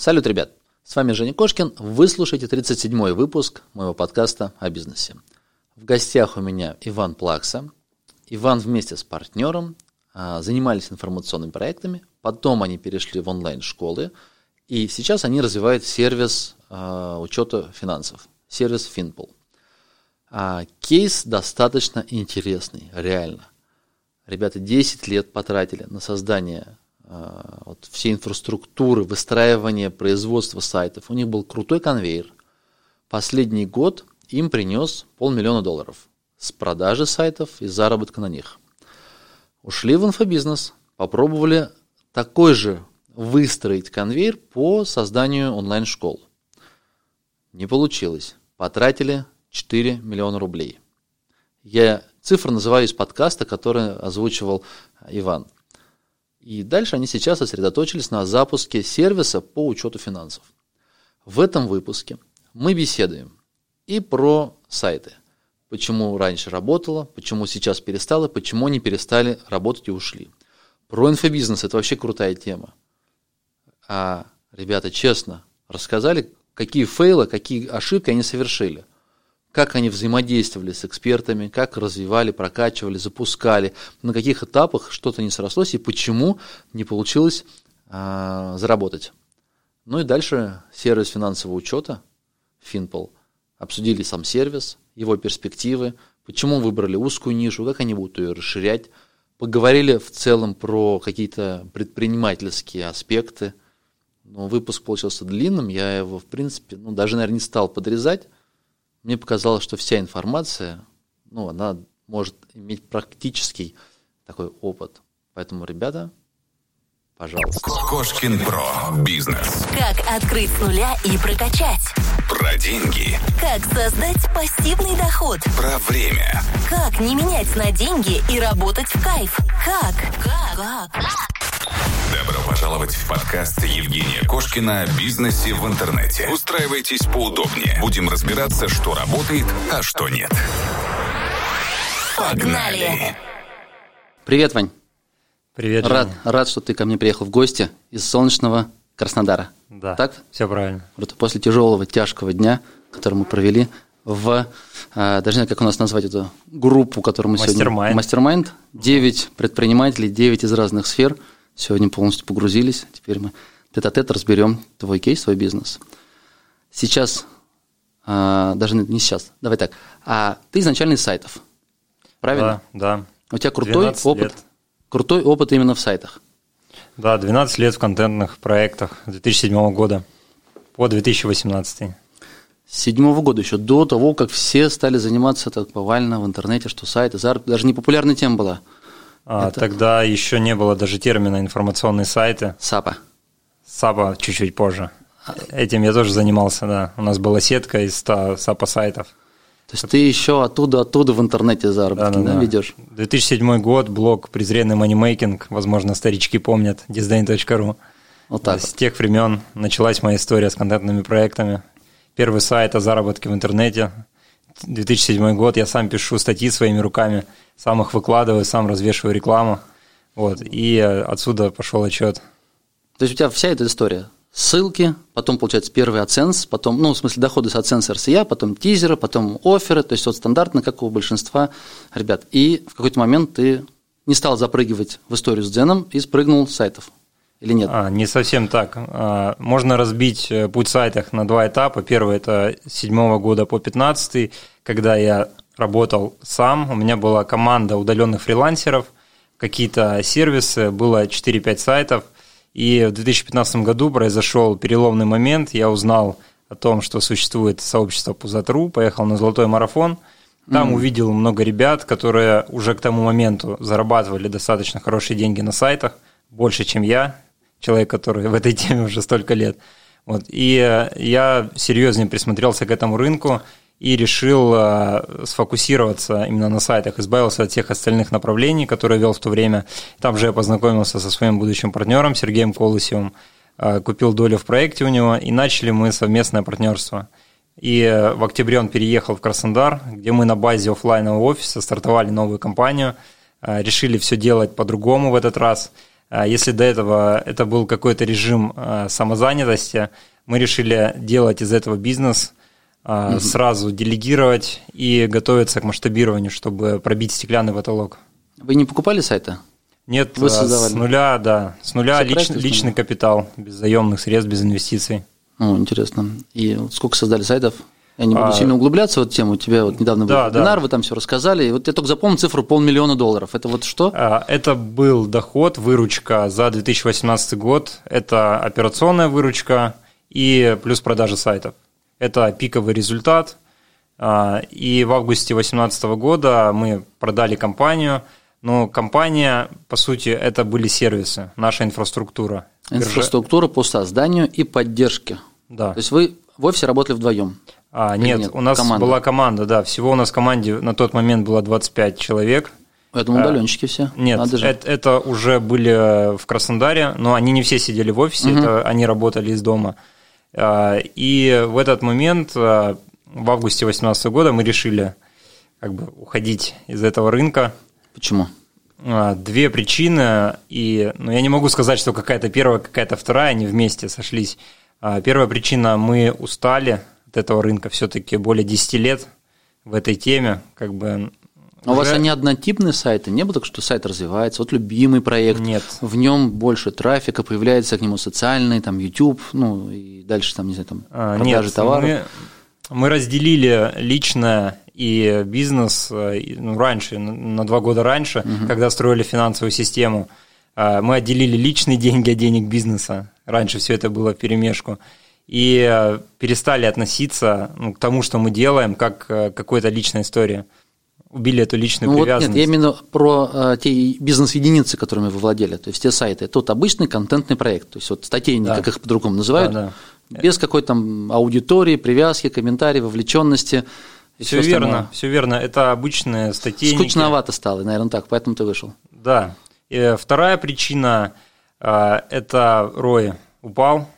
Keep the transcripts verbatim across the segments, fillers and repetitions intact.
Салют, ребят! С вами Женя Кошкин. Вы слушаете тридцать седьмой выпуск моего подкаста о бизнесе. В гостях у меня Иван Плакса. Иван вместе с партнером а, занимались информационными проектами, потом они перешли в онлайн-школы, и сейчас они развивают сервис а, учета финансов, сервис Finpal. А, кейс достаточно интересный, реально. Ребята десять лет потратили на создание а, вот, всей инфраструктуры, выстраивание производства сайтов. У них был крутой конвейер. Последний год им принес полмиллиона долларов с продажи сайтов и заработка на них. Ушли в инфобизнес, попробовали такой же выстроить конвейер по созданию онлайн-школ. Не получилось. Потратили четыре миллиона рублей. Я цифры называю из подкаста, который озвучивал Иван. И дальше они сейчас сосредоточились на запуске сервиса по учету финансов. В этом выпуске мы беседуем и про сайты. Почему раньше работало, почему сейчас перестало, почему они перестали работать и ушли. Про инфобизнес, это вообще крутая тема. А ребята честно рассказали, какие фейлы, какие ошибки они совершили. Как они взаимодействовали с экспертами, как развивали, прокачивали, запускали, на каких этапах что-то не срослось и почему не получилось а, заработать. Ну и дальше сервис финансового учета, Finpal. Обсудили сам сервис, его перспективы, почему выбрали узкую нишу, как они будут ее расширять. Поговорили в целом про какие-то предпринимательские аспекты. Но выпуск получился длинным, я его, в принципе, ну, даже, наверное, не стал подрезать. Мне показалось, что вся информация, ну, она может иметь практический такой опыт. Поэтому, ребята, пожалуйста. Кошкин Про. Бизнес. Как открыть с нуля и прокачать. Про деньги. Как создать пассивный доход. Про время. Как не менять на деньги и работать в кайф. Как? Как? Как? Добро пожаловать в подкаст Евгения Кошкина о бизнесе в интернете. Устраивайтесь поудобнее. Будем разбираться, что работает, а что нет. Погнали! Привет, Вань. Привет, рад, Женя. рад, что ты ко мне приехал в гости из солнечного Краснодара. Да, так? Все правильно. Круто. После тяжелого, тяжкого дня, который мы провели в, а, даже не знаю, как у нас назвать эту группу, которую мы Мастермайнд. сегодня... Мастермайнд. Девять предпринимателей, девять из разных сфер. Сегодня полностью погрузились. Теперь мы тет-а-тет разберем твой кейс, твой бизнес. Сейчас, а, даже не сейчас, давай так. А ты изначально из сайтов, правильно? Да, да. У тебя крутой опыт, лет. крутой опыт именно в сайтах. Да, двенадцать лет в контентных проектах с две тысячи седьмого года по две тысячи восемнадцатый. С седьмого года, еще до того, как все стали заниматься так повально в интернете, что сайты, даже не популярная тема была. А, Это... Тогда еще не было даже термина информационные сайты. САПа. САПа чуть-чуть позже. Этим я тоже занимался, да. У нас была сетка из ста САПа сайтов. То есть ты еще оттуда-оттуда в интернете заработки, да, да, да, ведешь? две тысячи седьмой год, блог «Презренный манимейкинг», возможно, старички помнят, дизайн точка ру. Вот так. С вот. тех времен началась моя история с контентными проектами. Первый сайт о заработке в интернете. две тысячи седьмой год, я сам пишу статьи своими руками, сам их выкладываю, сам развешиваю рекламу. Вот, и отсюда пошел отчет. То есть у тебя вся эта история? Ссылки, потом, получается, первый AdSense, потом, ну, в смысле, доходы с AdSense эр эс и эй, потом тизеры, потом офферы, то есть вот стандартно, как у большинства ребят. И в какой-то момент ты не стал запрыгивать в историю с Дзеном и спрыгнул с сайтов. Или нет? А, не совсем так. А, можно разбить путь в сайтах на два этапа. Первый – это с седьмого года по пятнадцатый, когда я работал сам. У меня была команда удаленных фрилансеров, какие-то сервисы, было четыре-пять сайтов. И в две тысячи пятнадцатом году произошел переломный момент. Я узнал о том, что существует сообщество Пузат.ру, поехал на золотой марафон. Там mm-hmm. увидел много ребят, которые уже к тому моменту зарабатывали достаточно хорошие деньги на сайтах, больше, чем я, человек, который в этой теме уже столько лет. Вот. И я серьезнее присмотрелся к этому рынку и решил сфокусироваться именно на сайтах, избавился от всех остальных направлений, которые вел в то время. Там же я познакомился со своим будущим партнером Сергеем Колосевым, купил долю в проекте у него, и начали мы совместное партнерство. И в октябре он переехал в Краснодар, где мы на базе офлайнового офиса стартовали новую компанию, решили все делать по-другому в этот раз. Если до этого это был какой-то режим самозанятости, мы решили делать из этого бизнес, угу. сразу делегировать и готовиться к масштабированию, чтобы пробить стеклянный потолок. Вы не покупали сайты? Нет, Вы с нуля, да, с нуля лич, личный капитал, без заемных средств, без инвестиций. О, интересно. И сколько создали сайтов? Я не буду а, сильно углубляться в эту тему. У тебя вот недавно был да, вебинар, да. вы там все рассказали. И вот я только запомнил цифру полмиллиона долларов. Это вот что? Это был доход, выручка за две тысячи восемнадцатый год. Это операционная выручка и плюс продажи сайтов. Это пиковый результат. И в августе две тысячи восемнадцатого года мы продали компанию. Но компания, по сути, это были сервисы, наша инфраструктура. Инфраструктура по созданию и поддержке. Да. То есть вы в офисе работали вдвоем? А, нет, нет, у нас команда. была команда, да. Всего у нас в команде на тот момент было двадцать пять человек. Я думал, удаленщики все. Нет, это, это уже были в Краснодаре, но они не все сидели в офисе, угу. это, они работали из дома. И в этот момент, в августе две тысячи восемнадцатого года, мы решили как бы уходить из этого рынка. Почему? Две причины, и ну, я не могу сказать, что какая-то первая, какая-то вторая, они вместе сошлись. Первая причина – мы устали от этого рынка, все-таки более десяти лет в этой теме. Как бы, а уже... у вас они однотипные сайты? Не было так, что сайт развивается? Вот любимый проект, Нет. в нем больше трафика, появляется к нему социальный, там, YouTube, ну и дальше там, не знаю, там, продажи Нет, товаров. Мы, мы разделили личное и бизнес ну, раньше, на два года раньше, угу. когда строили финансовую систему. Мы отделили личные деньги от денег бизнеса. Раньше все это было вперемешку. И перестали относиться ну, к тому, что мы делаем, как к какой-то личной истории. Убили эту личную ну, привязанность. Вот нет, я именно про а, те бизнес-единицы, которыми вы владели, то есть те сайты. Это вот обычный контентный проект, то есть вот статейник, да. как их по-другому называют, да, да. без какой-то там аудитории, привязки, комментариев, вовлеченности. Все верно, все верно. Это обычные статейники. Скучновато стало, наверное, так, поэтому ты вышел. Да. И вторая причина – это рой упал.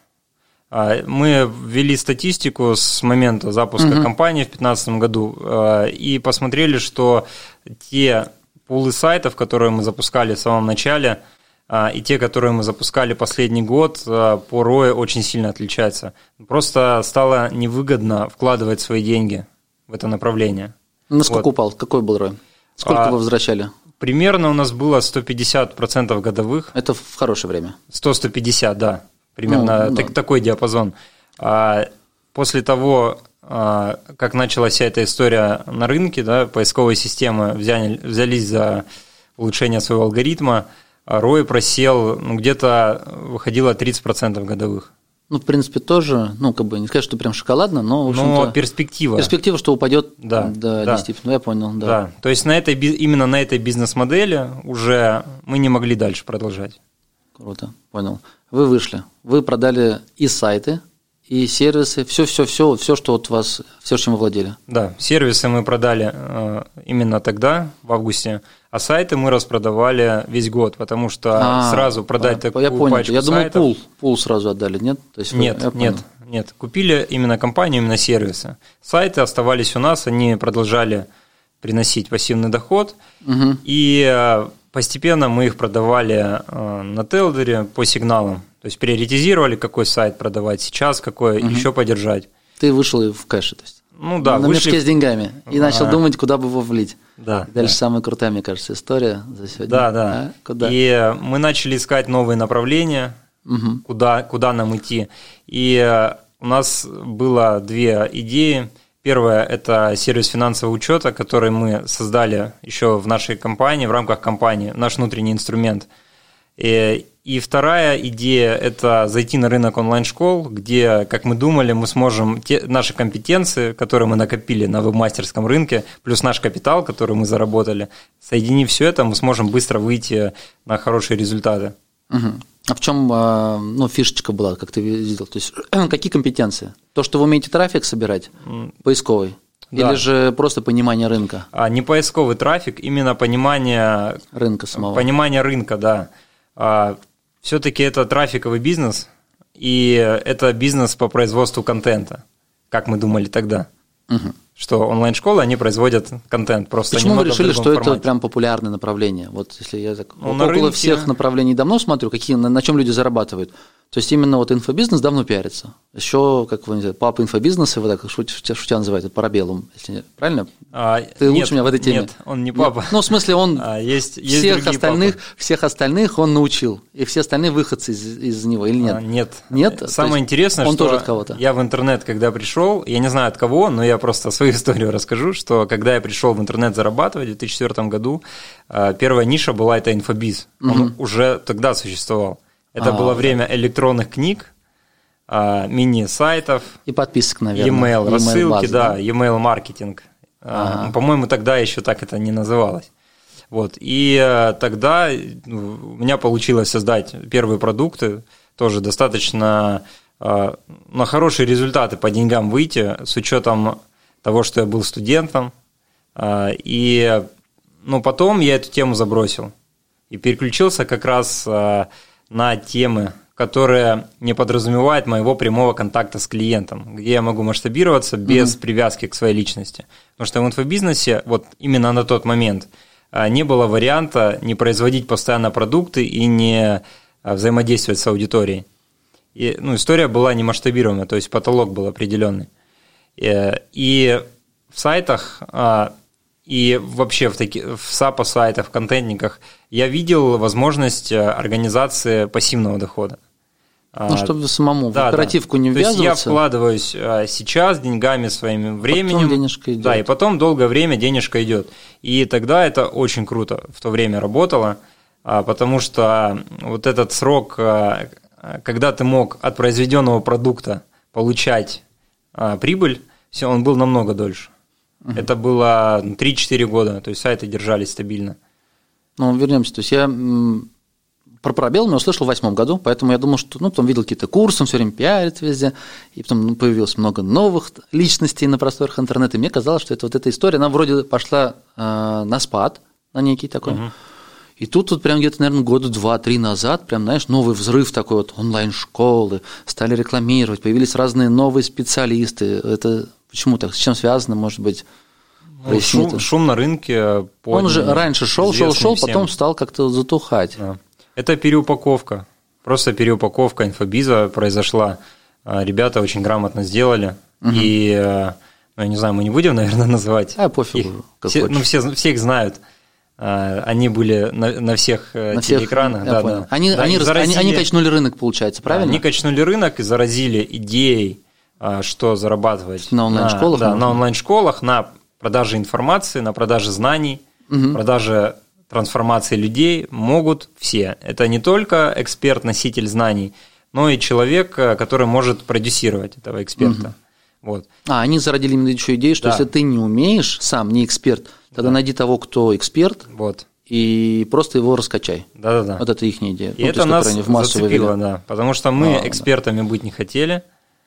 Мы ввели статистику с момента запуска угу. компании в две тысячи пятнадцатом году и посмотрели, что те пулы сайтов, которые мы запускали в самом начале, и те, которые мы запускали последний год, по рою очень сильно отличаются. Просто стало невыгодно вкладывать свои деньги в это направление. Насколько вот. упал? Какой был рой? Сколько а, вы возвращали? Примерно у нас было сто пятьдесят процентов годовых. Это в хорошее время? сто - сто пятьдесят, да. Примерно ну, так, да. такой диапазон. А после того, а, как началась вся эта история на рынке, да, поисковые системы взяли, взялись за улучшение своего алгоритма, а рой просел, ну, где-то выходило тридцать процентов годовых. Ну, в принципе, тоже, ну, как бы, не сказать, что прям шоколадно, но, в общем-то… Но перспектива. Перспектива, что упадет да, до да. десяти, ну, я понял, да. Да, то есть на этой, именно на этой бизнес-модели уже мы не могли дальше продолжать. Круто, понял. Вы вышли, вы продали и сайты, и сервисы, все-все-все, все, что вот у вас, все, чем вы владели. Да, сервисы мы продали э, именно тогда, в августе, а сайты мы распродавали весь год, потому что а, сразу продать я, такую я понял. пачку Я думал, сайтов… пул, пул сразу отдали, нет? То есть нет, вы, нет, нет, купили именно компанию, именно сервисы. Сайты оставались у нас, они продолжали приносить пассивный доход, угу. и постепенно мы их продавали на Телдере по сигналам. То есть приоритизировали, какой сайт продавать сейчас, какой угу. еще поддержать. Ты вышел в кэше, то есть? Ну да, на вышли... мешке с деньгами и начал а... думать, куда бы его влить. Да, и дальше да. самая крутая, мне кажется, история за сегодня. Да, да. А? Куда? И мы начали искать новые направления, угу. куда, куда нам идти. И у нас было две идеи. Первая – это сервис финансового учета, который мы создали еще в нашей компании, в рамках компании, наш внутренний инструмент. И, и вторая идея – это зайти на рынок онлайн-школ, где, как мы думали, мы сможем те, наши компетенции, которые мы накопили на веб-мастерском рынке, плюс наш капитал, который мы заработали, соединив все это, мы сможем быстро выйти на хорошие результаты. Угу. А в чем ну, фишечка была, как ты видел? То есть какие компетенции? То, что вы умеете трафик собирать, поисковый? Да. Или же просто понимание рынка? А, не поисковый трафик, именно понимание рынка самого. Понимание рынка, да. А, все-таки это трафиковый бизнес, и это бизнес по производству контента, как мы думали тогда. Угу. что онлайн-школы, они производят контент. Просто почему вы решили, что формате. это прям популярное направление? Вот если я так ну, около рынке... всех направлений давно смотрю, какие, на, на чем люди зарабатывают. То есть именно вот инфобизнес давно пиарится. Еще, как вы не знаете, папа инфобизнеса, вы так шутя, шутя называете, парабеллум, если правильно? А, Ты нет, лучше меня в этой теме. Нет, он не папа. Ну, в смысле, он а, есть, есть всех, остальных, папы. всех остальных он научил, и все остальные выходцы из, из него, или нет? А, нет. Нет? Самое интересное, он что тоже от кого-то. Я в интернет, когда пришел, я не знаю от кого, но я просто свою историю расскажу, что когда я пришел в интернет зарабатывать в две тысячи четвёртом году, первая ниша была это инфобиз. Он угу. уже тогда существовал. Это а, было время да. электронных книг, мини-сайтов. И подписок, наверное. E-mail, рассылки, базы, да, да, e-mail маркетинг. Ага. По-моему, тогда еще так это не называлось. Вот. И тогда у меня получилось создать первые продукты, тоже достаточно на хорошие результаты по деньгам выйти, с учетом того, что я был студентом. И ну, потом я эту тему забросил и переключился как раз на темы, которая не подразумевает моего прямого контакта с клиентом, где я могу масштабироваться без mm-hmm. привязки к своей личности. Потому что в инфобизнесе вот именно на тот момент не было варианта не производить постоянно продукты и не взаимодействовать с аудиторией. И, ну, история была не масштабируемая, то есть потолок был определенный. И, и в сайтах и вообще в, таки, в сапо-сайтах, в контентниках я видел возможность организации пассивного дохода. Ну, чтобы самому да, в оперативку да. не ввязываться. То есть я вкладываюсь сейчас деньгами, своим временем. Потом денежка идет. Да, и потом долгое время денежка идет. И тогда это очень круто в то время работало, потому что вот этот срок, когда ты мог от произведенного продукта получать прибыль, он был намного дольше. Угу. Это было три-четыре года, то есть сайты держались стабильно. Ну, вернемся. То есть я про пробел я услышал в восьмом году, поэтому я думал, что, ну, потом видел какие-то курсы, он все время пиарит везде, и потом ну, появилось много новых личностей на просторах интернета, и мне казалось, что это вот эта история, она вроде пошла э, на спад, на некий такой, угу. И тут, тут прям где-то, наверное, года два-три назад, прям, знаешь, новый взрыв такой вот, онлайн-школы, стали рекламировать, появились разные новые специалисты, это почему так, с чем связано, может быть? Ну, шум, шум на рынке. Он уже раньше шел, шел, шел, потом стал как-то затухать. Да. Это переупаковка, просто переупаковка инфобиза произошла. Ребята очень грамотно сделали, угу. и, ну, я не знаю, мы не будем, наверное, называть. А, пофигу, их. как все, ну, все, все их знают. Они были на, на всех на телеэкранах. Всех, да, да. Они, да, они, заразили, они, они качнули рынок, получается, правильно? Да, они качнули рынок и заразили идеей, что зарабатывать на онлайн-школах, на, да, на онлайн-школах, на продаже информации, на продаже знаний, угу. продаже трансформации людей могут все. Это не только эксперт-носитель знаний, но и человек, который может продюсировать этого эксперта. Угу. Вот. А, они зародили именно еще идею, что да. если ты не умеешь, сам не эксперт, тогда да. найди того, кто эксперт, вот. и просто его раскачай. Да-да-да. Вот это их идея. И ну, это нас зацепило, да, потому что мы а, экспертами да. быть не хотели.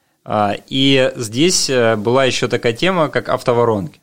И здесь была еще такая тема, как автоворонки.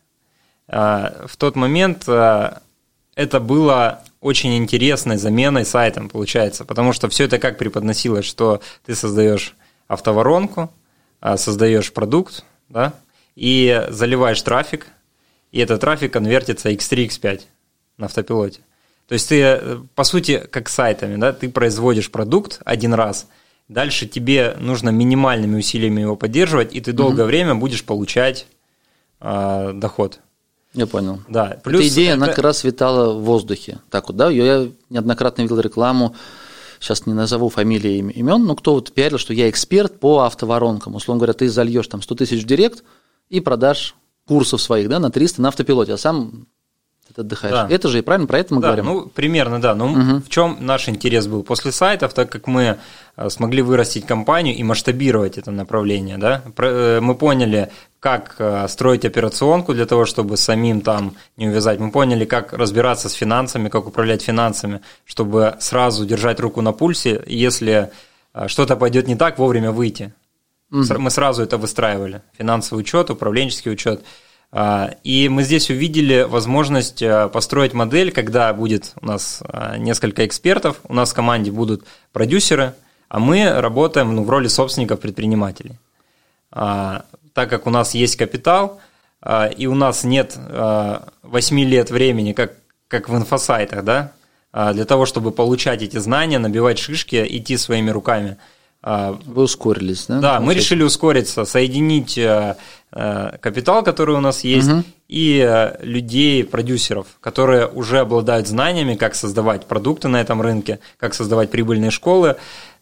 В тот момент это было очень интересной заменой сайтом, получается, потому что все это как преподносилось, что ты создаешь автоворонку, создаешь продукт, да, и заливаешь трафик, и этот трафик конвертится икс три, икс пять на автопилоте. То есть ты, по сути, как сайтами, да, ты производишь продукт один раз, дальше тебе нужно минимальными усилиями его поддерживать, и ты долгое угу. время будешь получать э, доход. Я понял. Да. Плюс эта идея, это... она как раз витала в воздухе. Так вот, да, я неоднократно видел рекламу, сейчас не назову фамилии и имен, но кто вот пиарил, что я эксперт по автоворонкам. Условно говоря, ты зальешь там сто тысяч в директ и продашь курсов своих, да, на триста на автопилоте, а сам ты отдыхаешь. Да. Это же и правильно, про это мы да, говорим. Ну, примерно, да. Но угу. в чем наш интерес был? После сайтов, так как мы смогли вырастить компанию и масштабировать это направление, да, мы поняли, как строить операционку для того, чтобы самим там не увязать. Мы поняли, как разбираться с финансами, как управлять финансами, чтобы сразу держать руку на пульсе, и если что-то пойдет не так, вовремя выйти. Угу. Мы сразу это выстраивали. Финансовый учет, управленческий учет. И мы здесь увидели возможность построить модель, когда будет у нас несколько экспертов, у нас в команде будут продюсеры, а мы работаем ну, в роли собственников-предпринимателей. Так как у нас есть капитал, и у нас нет восемь лет времени, как, как в инфосайтах, да, для того, чтобы получать эти знания, набивать шишки, идти своими руками. Вы ускорились, да? Да, мы решили ускориться, соединить капитал, который у нас есть, угу. и людей, продюсеров, которые уже обладают знаниями, как создавать продукты на этом рынке, как создавать прибыльные школы.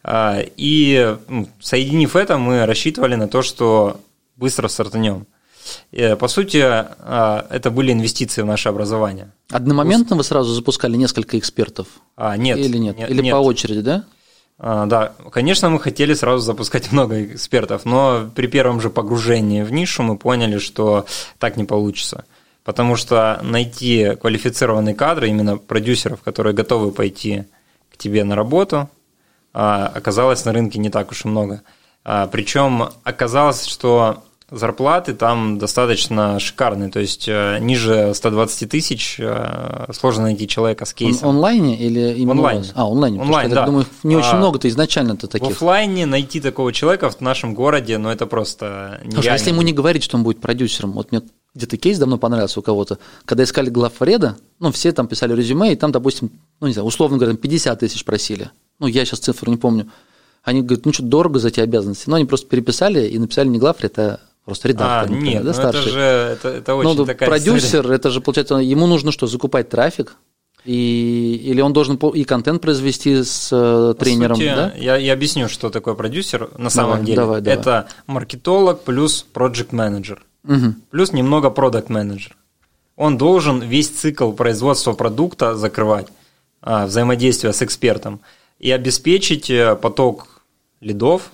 И соединив это, мы рассчитывали на то, что быстро стартанем. По сути, это были инвестиции в наше образование. Одномоментно вы сразу запускали несколько экспертов? А, нет. Или нет? нет Или нет. по очереди, да? А, да, конечно, мы хотели сразу запускать много экспертов, но при первом же погружении в нишу мы поняли, что так не получится. Потому что найти квалифицированные кадры, именно продюсеров, которые готовы пойти к тебе на работу, оказалось на рынке не так уж и много. Причем оказалось, что зарплаты там достаточно шикарные, то есть ниже ста двадцати тысяч сложно найти человека с кейсом. В онлайне или именно онлайн? У вас? А, онлайн. онлайн, да. Я думаю, не очень а, много-то изначально-то таких. В офлайне найти такого человека в нашем городе, ну это просто нереально. Слушай, если ему не говорить, что он будет продюсером, вот мне где-то кейс давно понравился у кого-то, когда искали главреда, ну все там писали резюме, и там, допустим, ну не знаю, условно говоря, пятьдесят тысяч просили. Ну я сейчас цифру не помню. Они говорят, ну что, дорого за эти обязанности. Но они просто переписали и написали не главред, а просто редактор. А, нет, да, ну это же это, это очень ну, такая продюсер, история. Это же, получается, ему нужно что, закупать трафик? И, или он должен и контент произвести с По тренером? Сути, да? я, я объясню, что такое продюсер на самом давай, деле. Давай, давай. Это маркетолог плюс проект менеджер, угу. плюс немного продакт менеджер. Он должен весь цикл производства продукта закрывать, взаимодействие с экспертом, и обеспечить поток лидов,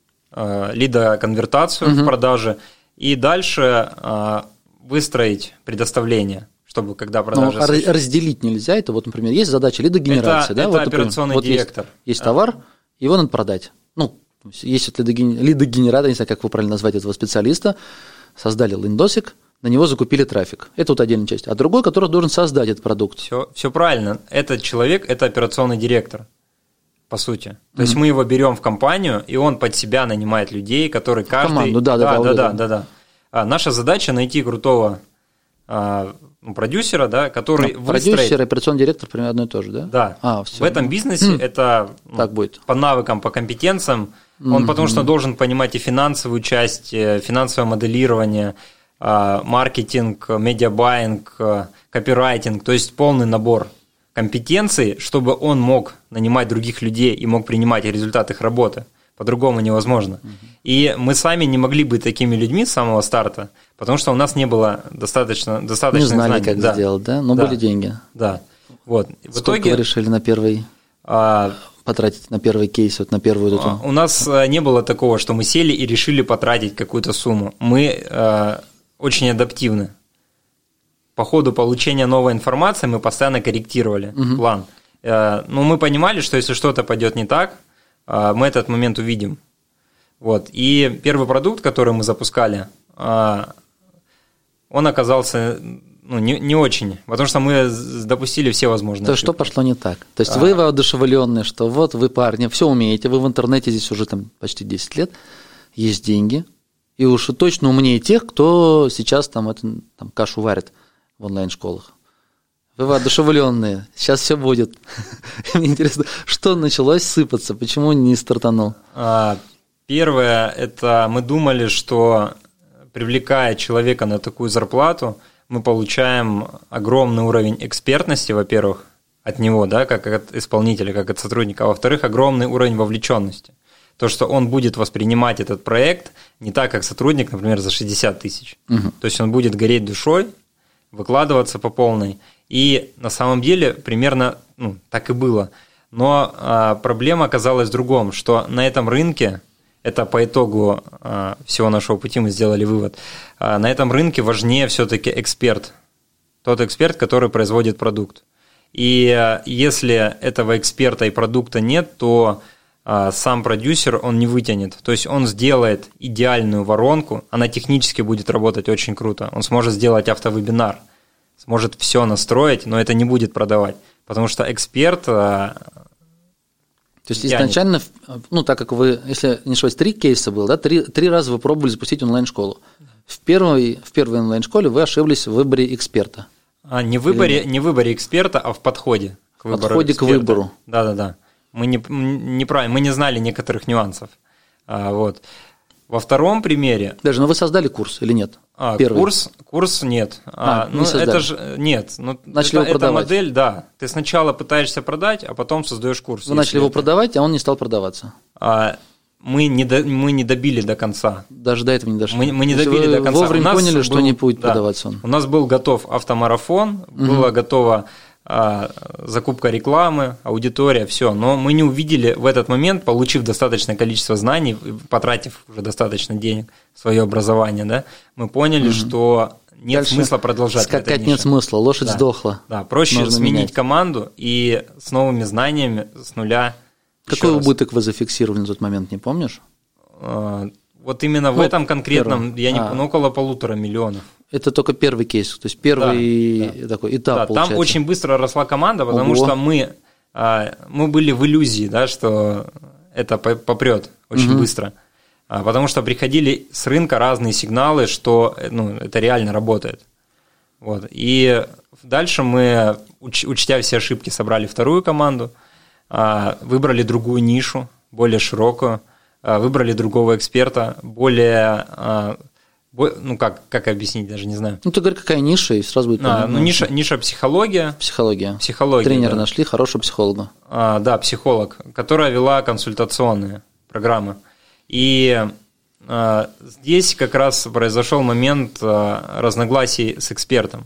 лидоконвертацию угу. в продаже, и дальше выстроить предоставление, чтобы когда продажа... Но совершенно... разделить нельзя, это вот, например, есть задача лидогенерации. Это, да? это вот, операционный вот директор. Есть, есть товар, его надо продать. Ну, есть вот лидогенератор, не знаю, как вы правильно назвать этого специалиста, создали лендосик, на него закупили трафик. Это вот отдельная часть. А другой, который должен создать этот продукт. Все, все правильно. Этот человек – это операционный директор, по сути. То mm-hmm. есть мы его берем в компанию, и он под себя нанимает людей, которые каждый… Команду, да, да, да, да, да, да, да, да. А наша задача – найти крутого а, продюсера, да, который ну, выстроит… Продюсер и операционный директор примерно одно и то же, да? Да. А, все. В этом бизнесе mm. это ну, так будет. По навыкам, по компетенциям. Он mm-hmm. потому что должен понимать и финансовую часть, финансовое моделирование, маркетинг, медиабайинг, копирайтинг, то есть полный набор компетенций, чтобы он мог нанимать других людей и мог принимать результат их работы. По-другому невозможно. Uh-huh. И мы сами не могли быть такими людьми с самого старта, потому что у нас не было достаточно достаточно не знали, знаний. как да. сделать, да? Но да. были деньги. Да. Вот. В Сколько итоге вы решили на первый а... потратить на первый кейс, вот на первую эту? У нас не было такого, что мы сели и решили потратить какую-то сумму. Мы э, очень адаптивны. По ходу получения новой информации мы постоянно корректировали uh-huh. план. Э, но мы понимали, что если что-то пойдет не так, э, мы этот момент увидим. Вот. И первый продукт, который мы запускали, э, он оказался ну, не, не очень, потому что мы допустили все возможные То ошибки. что пошло не так? То есть а... вы воодушевленные, что вот вы, парни, все умеете, вы в интернете здесь уже там почти десять лет, есть деньги, и уж точно умнее тех, кто сейчас там, это, там кашу варит в онлайн-школах. Вы воодушевленные, сейчас все будет. Мне интересно, что началось сыпаться, почему не стартанул? Первое, это мы думали, что привлекая человека на такую зарплату, мы получаем огромный уровень экспертности, во-первых, от него, да, как от исполнителя, как от сотрудника, а во-вторых, огромный уровень вовлеченности. То, что он будет воспринимать этот проект не так, как сотрудник, например, за шестьдесят тысяч. Угу. То есть он будет гореть душой, выкладываться по полной. И на самом деле примерно ну, так и было. Но а, проблема оказалась в другом, что на этом рынке, это по итогу а, всего нашего пути мы сделали вывод, а, на этом рынке важнее все-таки эксперт. Тот эксперт, который производит продукт. И а, если этого эксперта и продукта нет, то а, сам продюсер он не вытянет. То есть он сделает идеальную воронку, она технически будет работать очень круто. Он сможет сделать автовебинар, сможет все настроить, но это не будет продавать. Потому что эксперт… То есть изначально, ну так как вы, если не ошибаюсь, три кейса было, да, три, три раза вы пробовали запустить онлайн-школу. в первой, в первой онлайн-школе вы ошиблись в выборе эксперта. А, не в выборе, не в выборе эксперта, а в подходе к выбору. В подходе эксперта. К выбору. Да-да-да. Мы не, не, мы не знали некоторых нюансов. А, вот. Во втором примере... Даже, но вы создали курс или нет? А, курс, курс нет. А, а, ну, это же нет. Ну, начали это, его продавать. Это модель, да. Ты сначала пытаешься продать, а потом создаешь курс. Вы начали его это... продавать, а он не стал продаваться. А, мы, не до, мы не добили до конца. Даже до этого не дошли. Мы, мы не добили до конца. Вовремя поняли, был, что не будет да, продаваться он. У нас был готов автомарафон, угу. была готова а, закупка рекламы, аудитория, все. Но мы не увидели в этот момент, получив достаточное количество знаний, потратив уже достаточно денег в свое образование, да, мы поняли, угу. что нет Дальше смысла продолжать. Скакать нет смысла, лошадь да. сдохла. Да, проще Нужно сменить менять. команду и с новыми знаниями с нуля. Какой убыток вы зафиксировали на тот момент, не помнишь? А, вот именно ну, в этом конкретном, первый. я не а. ну, около полутора миллионов. Это только первый кейс, то есть первый да, такой этап, да, получается. Там очень быстро росла команда, потому Ого. что мы, мы были в иллюзии, да, что это попрет очень угу. быстро. Потому что приходили с рынка разные сигналы, что ну, это реально работает. Вот. И дальше мы, уч, учтя все ошибки, собрали вторую команду, выбрали другую нишу, более широкую, выбрали другого эксперта, более... Ну, как, как объяснить, даже не знаю. Ну, ты говоришь, какая ниша, и сразу будет понятно. А, ну, ниша, ниша психология. Психология. Психология. Тренера да. нашли, хорошего психолога. А, да, психолог, которая вела консультационные программы. И а, здесь как раз произошел момент а, разногласий с экспертом.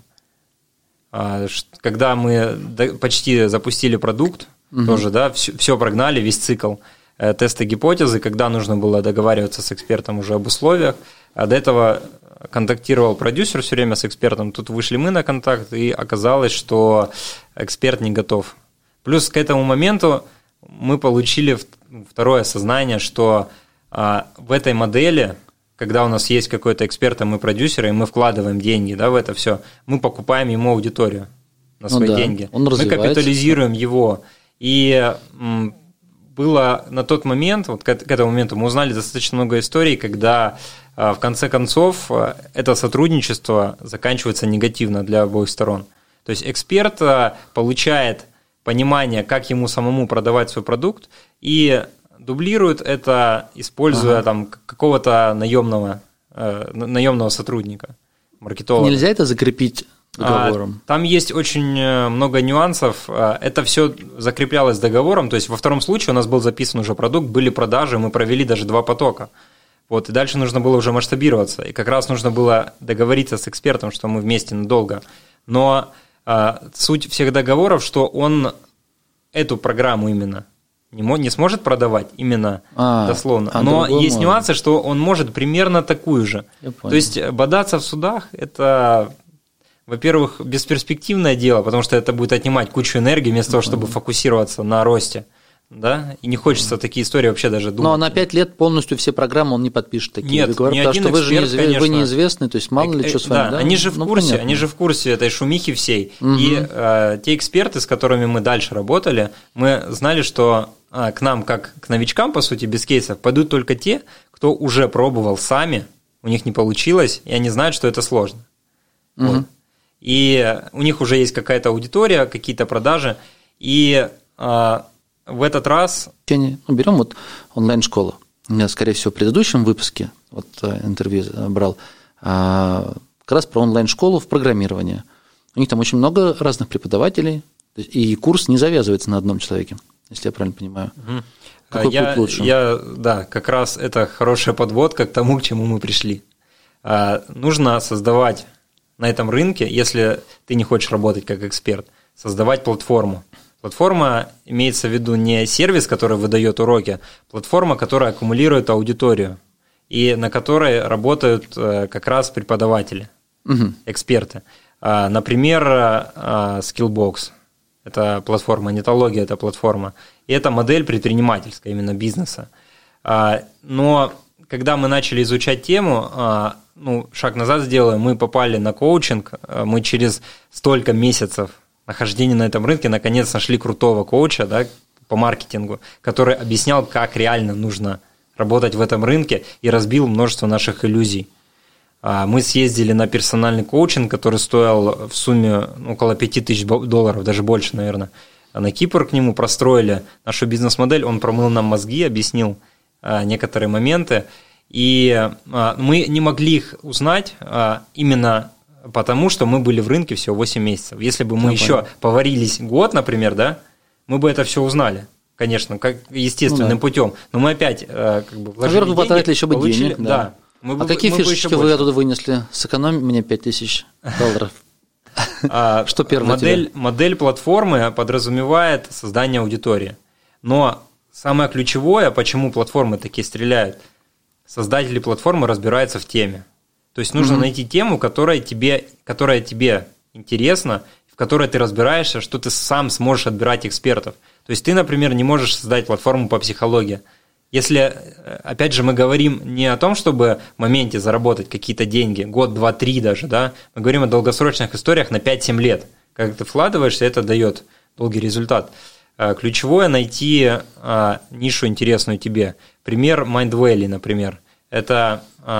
А, когда мы почти запустили продукт, угу. тоже, да, все, все прогнали, весь цикл э, теста гипотезы, когда нужно было договариваться с экспертом уже об условиях. А до этого контактировал продюсер все время с экспертом, тут вышли мы на контакт, и оказалось, что эксперт не готов. Плюс к этому моменту мы получили второе осознание, что а, в этой модели, когда у нас есть какой-то эксперт, а мы продюсеры, и мы вкладываем деньги, да, в это все, мы покупаем ему аудиторию на свои ну да, деньги. Он мы капитализируем его. И м, было на тот момент, вот к, к этому моменту мы узнали достаточно много историй, когда в конце концов это сотрудничество заканчивается негативно для обоих сторон. То есть эксперт получает понимание, как ему самому продавать свой продукт, и дублирует это, используя ага. там, какого-то наемного, наемного сотрудника, маркетолога. Нельзя это закрепить договором? Там есть очень много нюансов. Это все закреплялось договором. То есть во втором случае у нас был записан уже продукт, были продажи, мы провели даже два потока. Вот, и дальше нужно было уже масштабироваться. И как раз нужно было договориться с экспертом, что мы вместе надолго. Но а, суть всех договоров, что он эту программу именно не, мо- не сможет продавать, именно а, дословно. А Но есть можно. нюансы, что он может примерно такую же. То есть бодаться в судах – это, во-первых, бесперспективное дело, потому что это будет отнимать кучу энергии вместо того, чтобы фокусироваться на росте. Да, и не хочется такие истории вообще даже думать. Но на пять лет полностью все программы он не подпишет такие Нет, договоры, потому что вы же неизвестны, вы неизвестны, то есть мало ли что с вами. Да, да? Они же в ну, курсе, понятно. они же в курсе этой шумихи всей. Угу. И э, те эксперты, с которыми мы дальше работали, мы знали, что э, к нам, как к новичкам, по сути, без кейсов, пойдут только те, кто уже пробовал сами, у них не получилось, и они знают, что это сложно. Угу. Вот. И у них уже есть какая-то аудитория, какие-то продажи, и э, в этот раз... Ну, берем вот онлайн-школу. Я, скорее всего, в предыдущем выпуске вот, интервью брал а, как раз про онлайн-школу в программировании. У них там очень много разных преподавателей, и курс не завязывается на одном человеке, если я правильно понимаю. Угу. Какой я, путь лучше? Я, да, как раз это хорошая подводка к тому, к чему мы пришли. А, нужно создавать на этом рынке, если ты не хочешь работать как эксперт, создавать платформу. Платформа имеется в виду не сервис, который выдает уроки, платформа, которая аккумулирует аудиторию, и на которой работают как раз преподаватели, угу. эксперты. Например, Skillbox – это платформа, Нетология – это платформа, и это модель предпринимательская, именно бизнеса. Но когда мы начали изучать тему, ну, шаг назад сделаем, мы попали на коучинг, мы через столько месяцев нахождения на этом рынке наконец нашли крутого коуча, да, по маркетингу, который объяснял, как реально нужно работать в этом рынке, и разбил множество наших иллюзий. Мы съездили на персональный коучинг, который стоил в сумме около пять тысяч долларов, даже больше, наверное. На Кипр к нему простроили нашу бизнес-модель, он промыл нам мозги, объяснил некоторые моменты. И мы не могли их узнать именно потому, что мы были в рынке всего восемь месяцев. Если бы мы Я еще понял. поварились год, например, да, мы бы это все узнали. Конечно, как естественным ну, да. путем. Но мы опять как бы вложили Наверное, деньги, потратили еще бы получили, денег. Да. Да. Мы а бы, какие мы фишечки вы оттуда вынесли? Сэкономь мне пять тысяч долларов. Что первое? Модель, модель платформы подразумевает создание аудитории. Но самое ключевое, почему платформы такие стреляют, создатели платформы разбираются в теме. То есть нужно mm-hmm. найти тему, которая тебе, которая тебе интересна, в которой ты разбираешься, что ты сам сможешь отбирать экспертов. То есть ты, например, не можешь создать платформу по психологии. Если, опять же, мы говорим не о том, чтобы в моменте заработать какие-то деньги, год, два, три даже, да, мы говорим о долгосрочных историях на пять-семь лет. Когда ты вкладываешься, это дает долгий результат. Ключевое – найти нишу интересную тебе. Пример Mindvalley, например. Это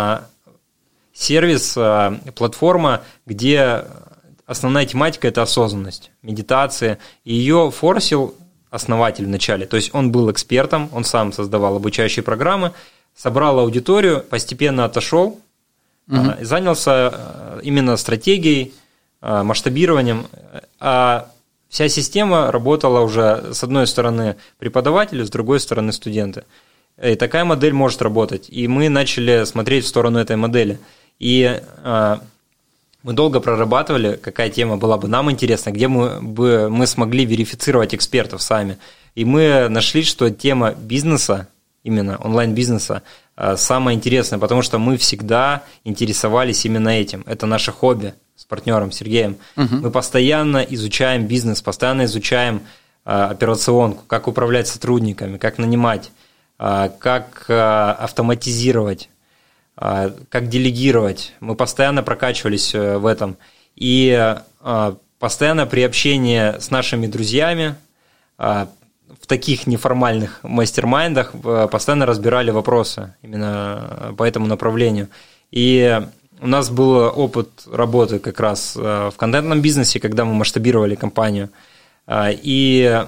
сервис, платформа, где основная тематика – это осознанность, медитация. И ее форсил основатель вначале. То есть он был экспертом, он сам создавал обучающие программы, собрал аудиторию, постепенно отошел, угу. и занялся именно стратегией, масштабированием. А вся система работала уже с одной стороны преподаватели, с другой стороны студенты. И такая модель может работать. И мы начали смотреть в сторону этой модели. И э, мы долго прорабатывали, какая тема была бы нам интересна, где мы бы мы смогли верифицировать экспертов сами. И мы нашли, что тема бизнеса, именно онлайн-бизнеса, э, самая интересная, потому что мы всегда интересовались именно этим. Это наше хобби с партнером Сергеем. Угу. Мы постоянно изучаем бизнес, постоянно изучаем э, операционку, как управлять сотрудниками, как нанимать, э, как э, автоматизировать, как делегировать. Мы постоянно прокачивались в этом. И постоянно при общении с нашими друзьями в таких неформальных мастер-майндах постоянно разбирали вопросы именно по этому направлению. И у нас был опыт работы как раз в контентном бизнесе, когда мы масштабировали компанию. И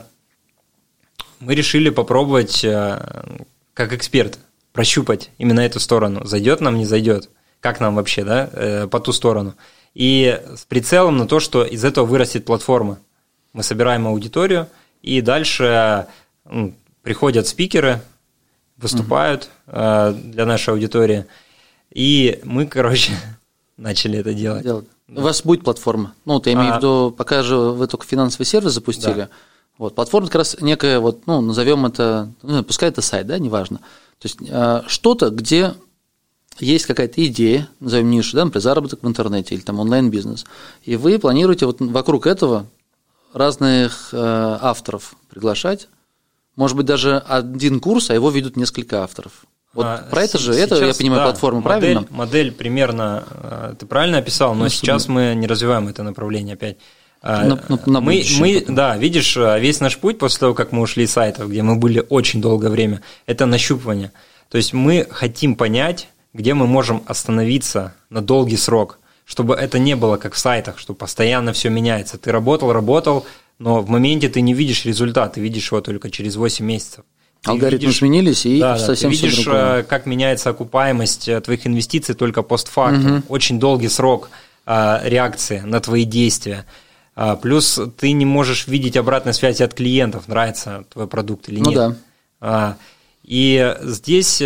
мы решили попробовать как эксперты прощупать именно эту сторону. Зайдет нам, не зайдет. Как нам вообще, да, по ту сторону. И с прицелом на то, что из этого вырастет платформа. Мы собираем аудиторию, и дальше ну, приходят спикеры, выступают угу. для нашей аудитории. И мы, короче, начали это делать. делать. У вас будет платформа? Ну, ты имеешь в виду, пока же вы только финансовый сервис запустили. Да. Вот, платформа как раз некая, вот, ну, назовем это, ну, пускай это сайт, да, неважно. То есть э, что-то, где есть какая-то идея, назовем нишу, да, например, заработок в интернете или там онлайн-бизнес, и вы планируете вот вокруг этого разных э, авторов приглашать, может быть, даже один курс, а его ведут несколько авторов. Вот а, про это же, сейчас, это, я понимаю, да, платформа, модель, правильно? Модель примерно, ты правильно описал, но ну, сейчас супер. Мы не развиваем это направление опять. На, на, на мы, мы, да, видишь, весь наш путь после того, как мы ушли с сайтов, где мы были очень долгое время, это нащупывание. То есть мы хотим понять, где мы можем остановиться на долгий срок, чтобы это не было как в сайтах, что постоянно все меняется. Ты работал, работал, но в моменте ты не видишь результат, ты видишь его только через восемь месяцев. Ты Алгоритмы видишь, сменились, и да, совсем ты видишь, другое. Как меняется окупаемость твоих инвестиций только постфактум. Угу. Очень долгий срок реакции на твои действия. Плюс ты не можешь видеть обратной связи от клиентов, нравится твой продукт или нет. Ну да. И здесь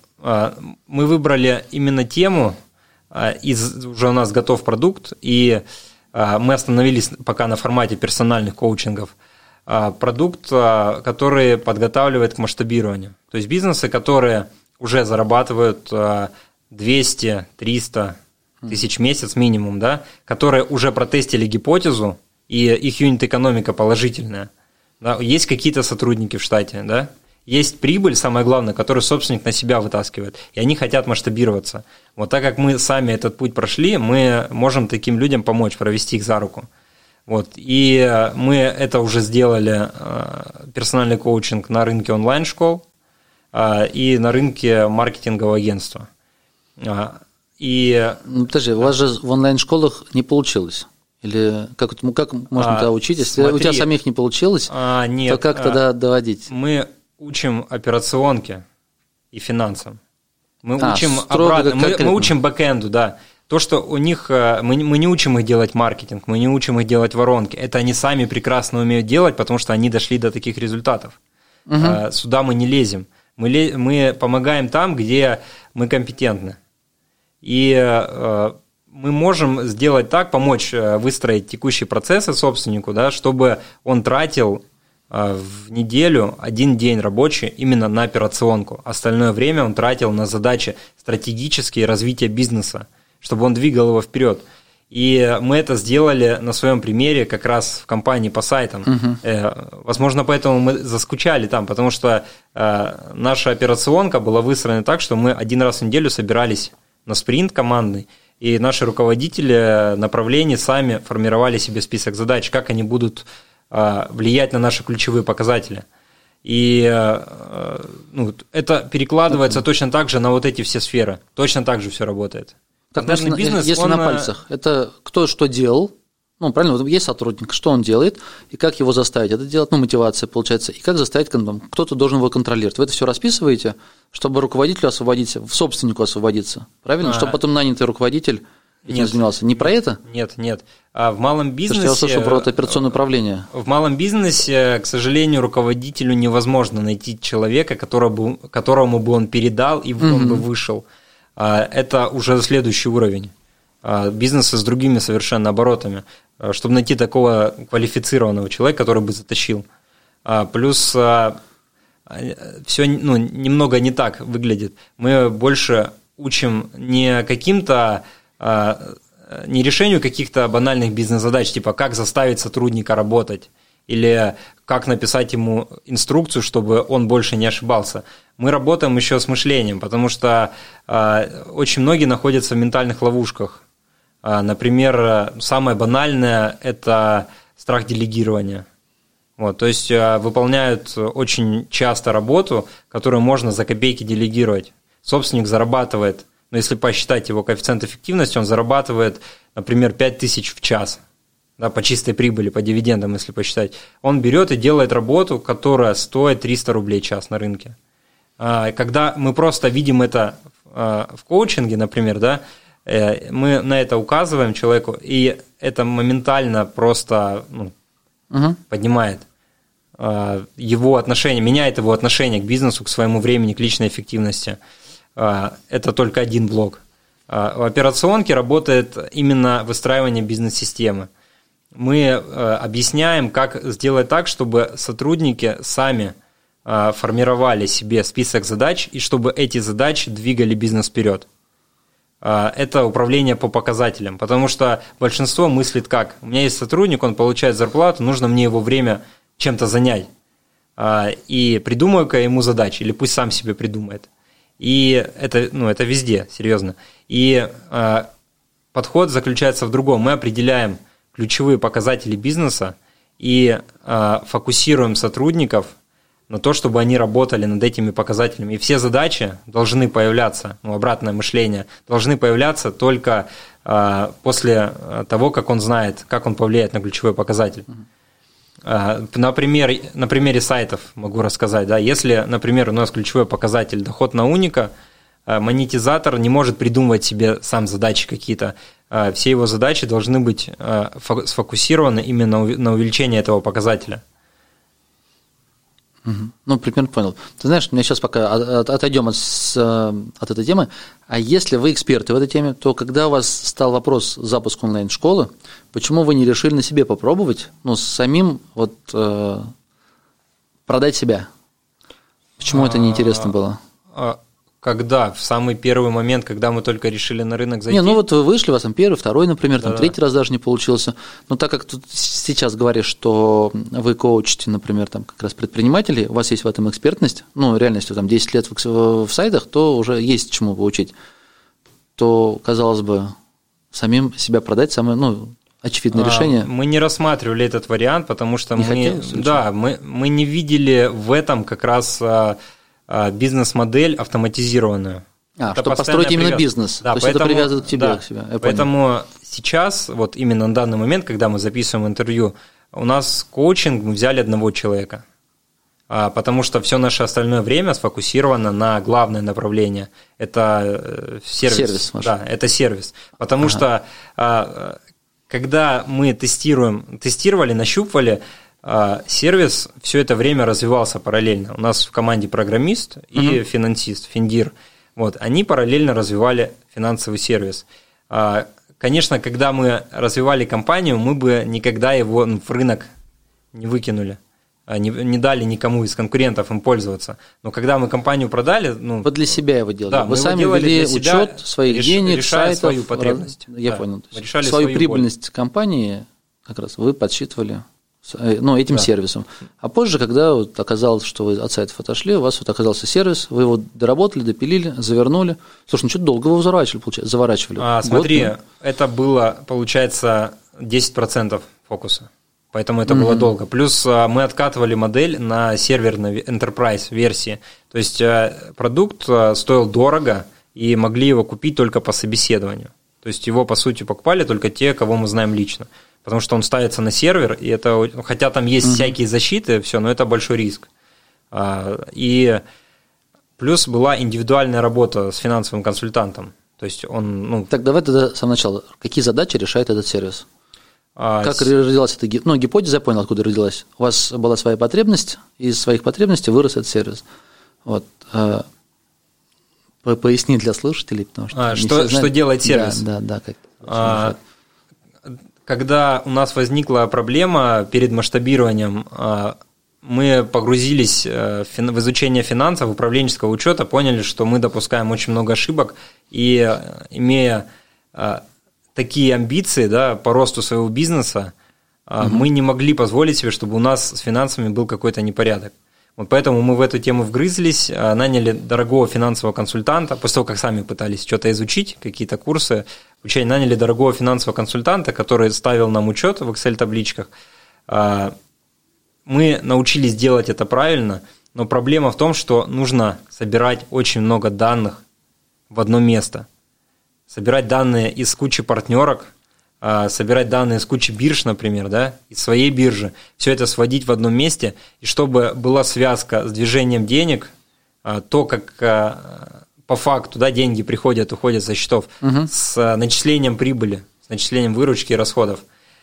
мы выбрали именно тему, из, уже у нас готов продукт, и мы остановились пока на формате персональных коучингов. Продукт, который подготавливает к масштабированию. То есть бизнесы, которые уже зарабатывают двести-триста тысяч в месяц минимум, да, которые уже протестили гипотезу, и их юнит-экономика положительная. Да, есть какие-то сотрудники в штате, да, есть прибыль, самое главное, которую собственник на себя вытаскивает, и они хотят масштабироваться. Вот так как мы сами этот путь прошли, мы можем таким людям помочь, провести их за руку. Вот, и мы это уже сделали, персональный коучинг на рынке онлайн-школ и на рынке маркетингового агентства. И... Ну, подожди, у вас же в онлайн-школах не получилось. Или как, как можно а, тогда учить? Если смотри, у тебя самих не получилось, а, нет, то как тогда а, доводить? Мы учим операционке и финансам. Мы а, учим обратно, мы, мы учим бэкэнду, да. То, что у них, мы, мы не учим их делать маркетинг, мы не учим их делать воронки. Это они сами прекрасно умеют делать, потому что они дошли до таких результатов. Угу. Сюда мы не лезем. Мы, мы помогаем там, где мы компетентны. И мы можем сделать так, помочь выстроить текущие процессы собственнику, да, чтобы он тратил в неделю один день рабочий именно на операционку. Остальное время он тратил на задачи стратегические развития бизнеса, чтобы он двигал его вперед. И мы это сделали на своем примере как раз в компании по сайтам. Uh-huh. Возможно, поэтому мы заскучали там, потому что наша операционка была выстроена так, что мы один раз в неделю собирались на спринт командный, и наши руководители направлений сами формировали себе список задач, как они будут влиять на наши ключевые показатели. И ну, это перекладывается точно так же на вот эти все сферы. Точно так же все работает. Так, конечно, бизнес, если он... на пальцах, это кто что делал, ну, правильно, вот есть сотрудник, что он делает, и как его заставить это делать, ну, мотивация получается, и как заставить, кто-то должен его контролировать. Вы это все расписываете, чтобы руководителю освободиться, в собственнику освободиться, правильно? А... Чтобы потом нанятый руководитель этим нет, занимался. Не про это? Нет, нет. А в малом бизнесе... Слушайте, я услышал про это операционное управление. В малом бизнесе, к сожалению, руководителю невозможно найти человека, которому, которому бы он передал, и он угу. бы вышел. Это уже следующий уровень бизнеса с другими совершенно оборотами, чтобы найти такого квалифицированного человека, который бы затащил. Плюс все ну, немного не так выглядит. Мы больше учим не каким-то, не решению каких-то банальных бизнес-задач, типа как заставить сотрудника работать, или как написать ему инструкцию, чтобы он больше не ошибался. Мы работаем еще с мышлением, потому что э, очень многие находятся в ментальных ловушках. Э, например, самое банальное – это страх делегирования. Вот, то есть э, выполняют очень часто работу, которую можно за копейки делегировать. Собственник зарабатывает, ну, если посчитать его коэффициент эффективности, он зарабатывает, например, пять тысяч в час. Да, по чистой прибыли, по дивидендам, если посчитать, он берет и делает работу, которая стоит триста рублей в час на рынке. Когда мы просто видим это в коучинге, например, да, мы на это указываем человеку, и это моментально просто ну, угу. поднимает его отношение, меняет его отношение к бизнесу, к своему времени, к личной эффективности. Это только один блок. В операционке работает именно выстраивание бизнес-системы. Мы объясняем, как сделать так, чтобы сотрудники сами формировали себе список задач, и чтобы эти задачи двигали бизнес вперед. Это управление по показателям, потому что большинство мыслит как? У меня есть сотрудник, он получает зарплату, нужно мне его время чем-то занять. И придумаю-ка ему задачи, или пусть сам себе придумает. И это, ну, это везде, серьезно. И подход заключается в другом. Мы определяем ключевые показатели бизнеса и э, фокусируем сотрудников на то, чтобы они работали над этими показателями. И все задачи должны появляться, ну, обратное мышление, должны появляться только э, после того, как он знает, как он повлияет на ключевой показатель. Э, на, примере, на примере сайтов могу рассказать. Да, если, например, у нас ключевой показатель доход на уника, э, монетизатор не может придумывать себе сам задачи какие-то. Все его задачи должны быть сфокусированы именно на увеличении этого показателя. Угу. Ну, примерно понял. Ты знаешь, мы сейчас пока отойдем от, от этой темы. А если вы эксперты в этой теме, то когда у вас стал вопрос запуска онлайн-школы, почему вы не решили на себе попробовать, ну, самим вот э, продать себя? Почему это неинтересно было? Когда? В самый первый момент, когда мы только решили на рынок зайти? Не, ну вот вы вышли, у вас там первый, второй, например, там да, третий да. раз даже не получился. Но так как тут сейчас говоришь, что вы коучите, например, там как раз предпринимателей, у вас есть в этом экспертность, ну, реальностью там десять лет в, в сайтах, то уже есть чему поучить. То, казалось бы, самим себя продать самое, ну, очевидное а, решение. Мы не рассматривали этот вариант, потому что не мы, хотелось, да, мы, мы не видели в этом как раз бизнес-модель автоматизированную. А, чтобы построить именно привяз... бизнес. Да, то поэтому, есть это привязывает к тебе, да, к себе. Я поэтому понял. Сейчас, вот именно на данный момент, когда мы записываем интервью, у нас коучинг, мы взяли одного человека. Потому что все наше остальное время сфокусировано на главное направление. Это сервис. Сервис, да, это сервис. Потому ага. что когда мы тестируем, тестировали, нащупывали, сервис все это время развивался параллельно. У нас в команде программист и угу. финансист, финдир. Вот, они параллельно развивали финансовый сервис. Конечно, когда мы развивали компанию, мы бы никогда его в рынок не выкинули. Не, не дали никому из конкурентов им пользоваться. Но когда мы компанию продали... Ну, вот для себя его делали. Да, Вы сами вели учет своих реш, денег, решая сайтов. свою потребность. Я да, понял. Решали свою, свою прибыльность боль. Компании как раз вы подсчитывали ну, этим да. сервисом. А позже, когда вот оказалось, что вы от сайтов отошли, у вас вот оказался сервис, вы его доработали, допилили, завернули. Слушай, ну что-то долго вы его заворачивали, получается, заворачивали. А, смотри, Год, ну? это было, получается, десять процентов фокуса. Поэтому это mm-hmm. было долго. Плюс мы откатывали модель на серверной Enterprise версии. То есть продукт стоил дорого, и могли его купить только по собеседованию. То есть его, по сути, покупали только те, кого мы знаем лично. Потому что он ставится на сервер, и это, хотя там есть mm-hmm. всякие защиты, все, но это большой риск. И плюс была индивидуальная работа с финансовым консультантом. То есть он, ну... Так давай тогда с самого начала. Какие задачи решает этот сервис? Как с... родилась эта ну, гипотеза, я понял, откуда родилась. У вас была своя потребность, и из своих потребностей вырос этот сервис. Вот. Поясни для слушателей, потому что... А, что, что делает сервис? Да, да, да. Как... А, когда у нас возникла проблема перед масштабированием, мы погрузились в изучение финансов, управленческого учета, поняли, что мы допускаем очень много ошибок, и имея такие амбиции, да, по росту своего бизнеса, угу. мы не могли позволить себе, чтобы у нас с финансами был какой-то непорядок. Вот поэтому мы в эту тему вгрызлись, наняли дорогого финансового консультанта, после того, как сами пытались что-то изучить, какие-то курсы, учения, наняли дорогого финансового консультанта, который ставил нам учет в Excel-табличках. Мы научились делать это правильно, но проблема в том, что нужно собирать очень много данных в одно место. Собирать данные из кучи партнерок, собирать данные из кучи бирж, например, да, из своей биржи, все это сводить в одном месте, и чтобы была связка с движением денег, то, как по факту, да, деньги приходят, уходят со счетов, угу. с начислением прибыли, с начислением выручки и расходов.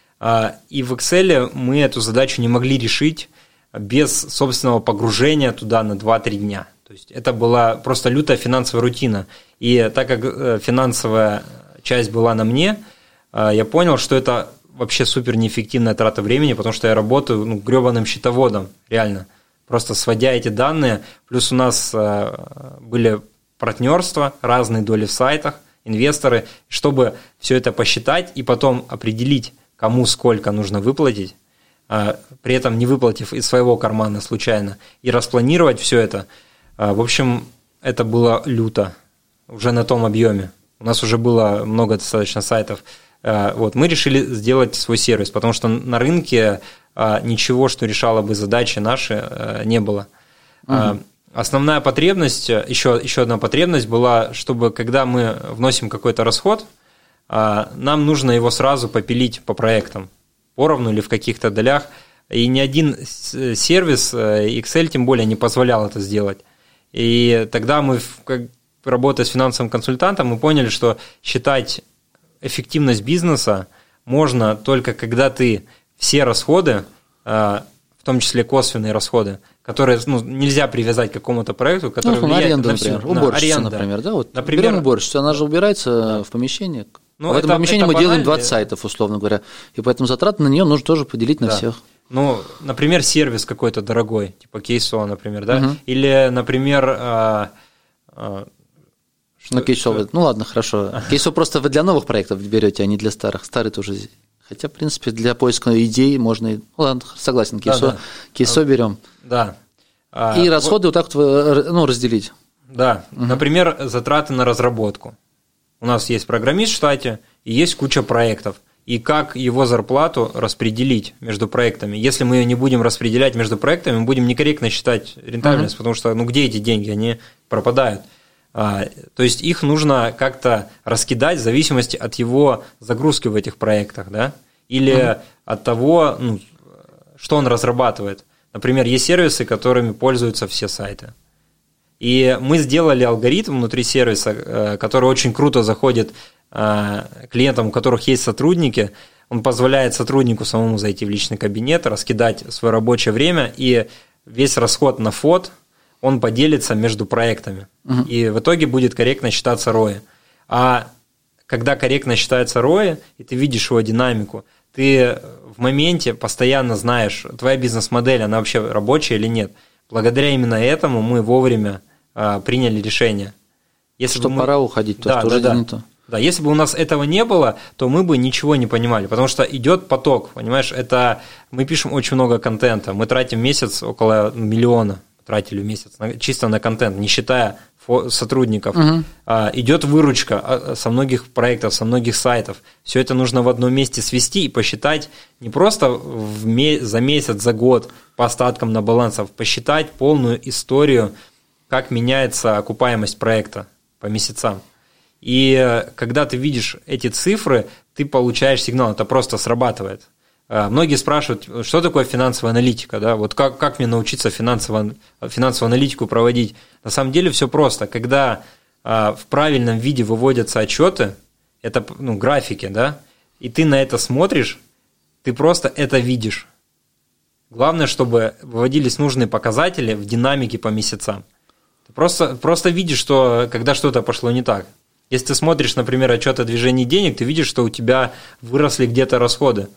И в Excel мы эту задачу не могли решить без собственного погружения туда на два-три дня. То есть это была просто лютая финансовая рутина. И так как финансовая часть была на мне, я понял, что это вообще супер неэффективная трата времени, потому что я работаю ну, гребаным счетоводом, реально. Просто сводя эти данные. Плюс у нас были партнерства, разные доли в сайтах, инвесторы. Чтобы все это посчитать и потом определить, кому сколько нужно выплатить, при этом не выплатив из своего кармана случайно, и распланировать все это. В общем, это было люто, уже на том объеме. У нас уже было много достаточно сайтов. Вот, мы решили сделать свой сервис, потому что на рынке ничего, что решало бы задачи наши, не было. Угу. Основная потребность, еще, еще одна потребность была, чтобы когда мы вносим какой-то расход, нам нужно его сразу попилить по проектам, поровну или в каких-то долях. И ни один сервис, Excel тем более, не позволял это сделать. И тогда мы, работая с финансовым консультантом, мы поняли, что считать эффективность бизнеса можно только когда ты все расходы, в том числе косвенные расходы, которые ну, нельзя привязать к какому-то проекту, который ну, влияет аренду, на всю... например, уборщица, аренда. например, да, вот например, берем уборщицу, она же убирается да. в помещении. Ну, в этом это, помещении это мы банально. делаем двадцать сайтов, условно говоря, и поэтому затраты на нее нужно тоже поделить на да. всех. Ну, например, сервис какой-то дорогой, типа Кейсо, например, да, угу. или, например... А, а, что, ну, Кейсо, что... ну ладно, хорошо. Кейсо просто вы для новых проектов берете, а не для старых. Старый тоже... Хотя, в принципе, для поиска идей можно... Ну, ладно, согласен, Кейсо, да, да. Кейсо берем. Да. И а, расходы вот так вот ну, разделить. Да, угу. Например, затраты на разработку. У нас есть программист в штате, и есть куча проектов. И как его зарплату распределить между проектами? Если мы ее не будем распределять между проектами, мы будем некорректно считать рентабельность, угу. потому что ну где эти деньги? Они пропадают. То есть их нужно как-то раскидать в зависимости от его загрузки в этих проектах, да, или mm-hmm. от того, ну, что он разрабатывает. Например, есть сервисы, которыми пользуются все сайты. И мы сделали алгоритм внутри сервиса, который очень круто заходит клиентам, у которых есть сотрудники. Он позволяет сотруднику самому зайти в личный кабинет, раскидать свое рабочее время, и весь расход на фот он поделится между проектами. Угу. И в итоге будет корректно считаться рои. А когда корректно считается рои, и ты видишь его динамику, ты в моменте постоянно знаешь, твоя бизнес-модель, она вообще рабочая или нет. Благодаря именно этому мы вовремя а, приняли решение. Если что мы... пора уходить, то да, что да, уже да. не то. Да, если бы у нас этого не было, то мы бы ничего не понимали, потому что идет поток, понимаешь, это мы пишем очень много контента, мы тратим в месяц около миллиона, тратили в месяц чисто на контент, не считая сотрудников. Угу. А, идет выручка со многих проектов, со многих сайтов. Все это нужно в одном месте свести и посчитать не просто в ме- за месяц, за год по остаткам на балансах, посчитать полную историю, как меняется окупаемость проекта по месяцам. И когда ты видишь эти цифры, ты получаешь сигнал, это просто срабатывает. Многие спрашивают, что такое финансовая аналитика, да? Вот как, как мне научиться финансово, финансовую аналитику проводить? На самом деле все просто. Когда в правильном виде выводятся отчеты, это ну, графики, да, и ты на это смотришь, ты просто это видишь. Главное, чтобы выводились нужные показатели в динамике по месяцам. Ты просто, просто видишь, что когда что-то пошло не так. Если ты смотришь, например, отчет о движении денег, ты видишь, что у тебя выросли где-то расходы.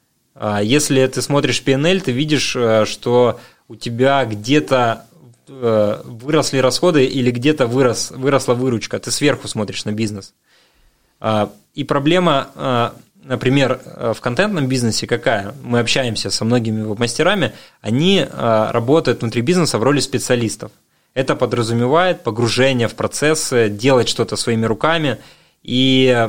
Если ты смотришь пи эн эл, ты видишь, что у тебя где-то выросли расходы или где-то вырос, выросла выручка. Ты сверху смотришь на бизнес. И проблема, например, в контентном бизнесе какая? Мы общаемся со многими веб-мастерами, они работают внутри бизнеса в роли специалистов. Это подразумевает погружение в процессы, делать что-то своими руками. И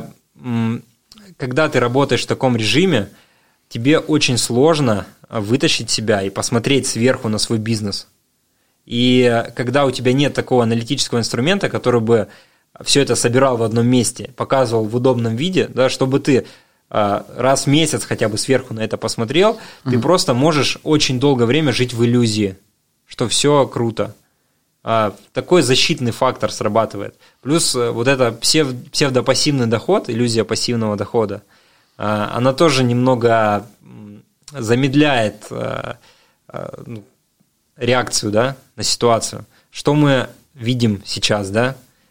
когда ты работаешь в таком режиме, тебе очень сложно вытащить себя и посмотреть сверху на свой бизнес. И когда у тебя нет такого аналитического инструмента, который бы все это собирал в одном месте, показывал в удобном виде, да, чтобы ты раз в месяц хотя бы сверху на это посмотрел, mm-hmm. ты просто можешь очень долгое время жить в иллюзии, что все круто. Такой защитный фактор срабатывает. Плюс вот это псев, псевдопассивный доход, иллюзия пассивного дохода, она тоже немного замедляет реакцию, да, на ситуацию. Что мы видим сейчас, да,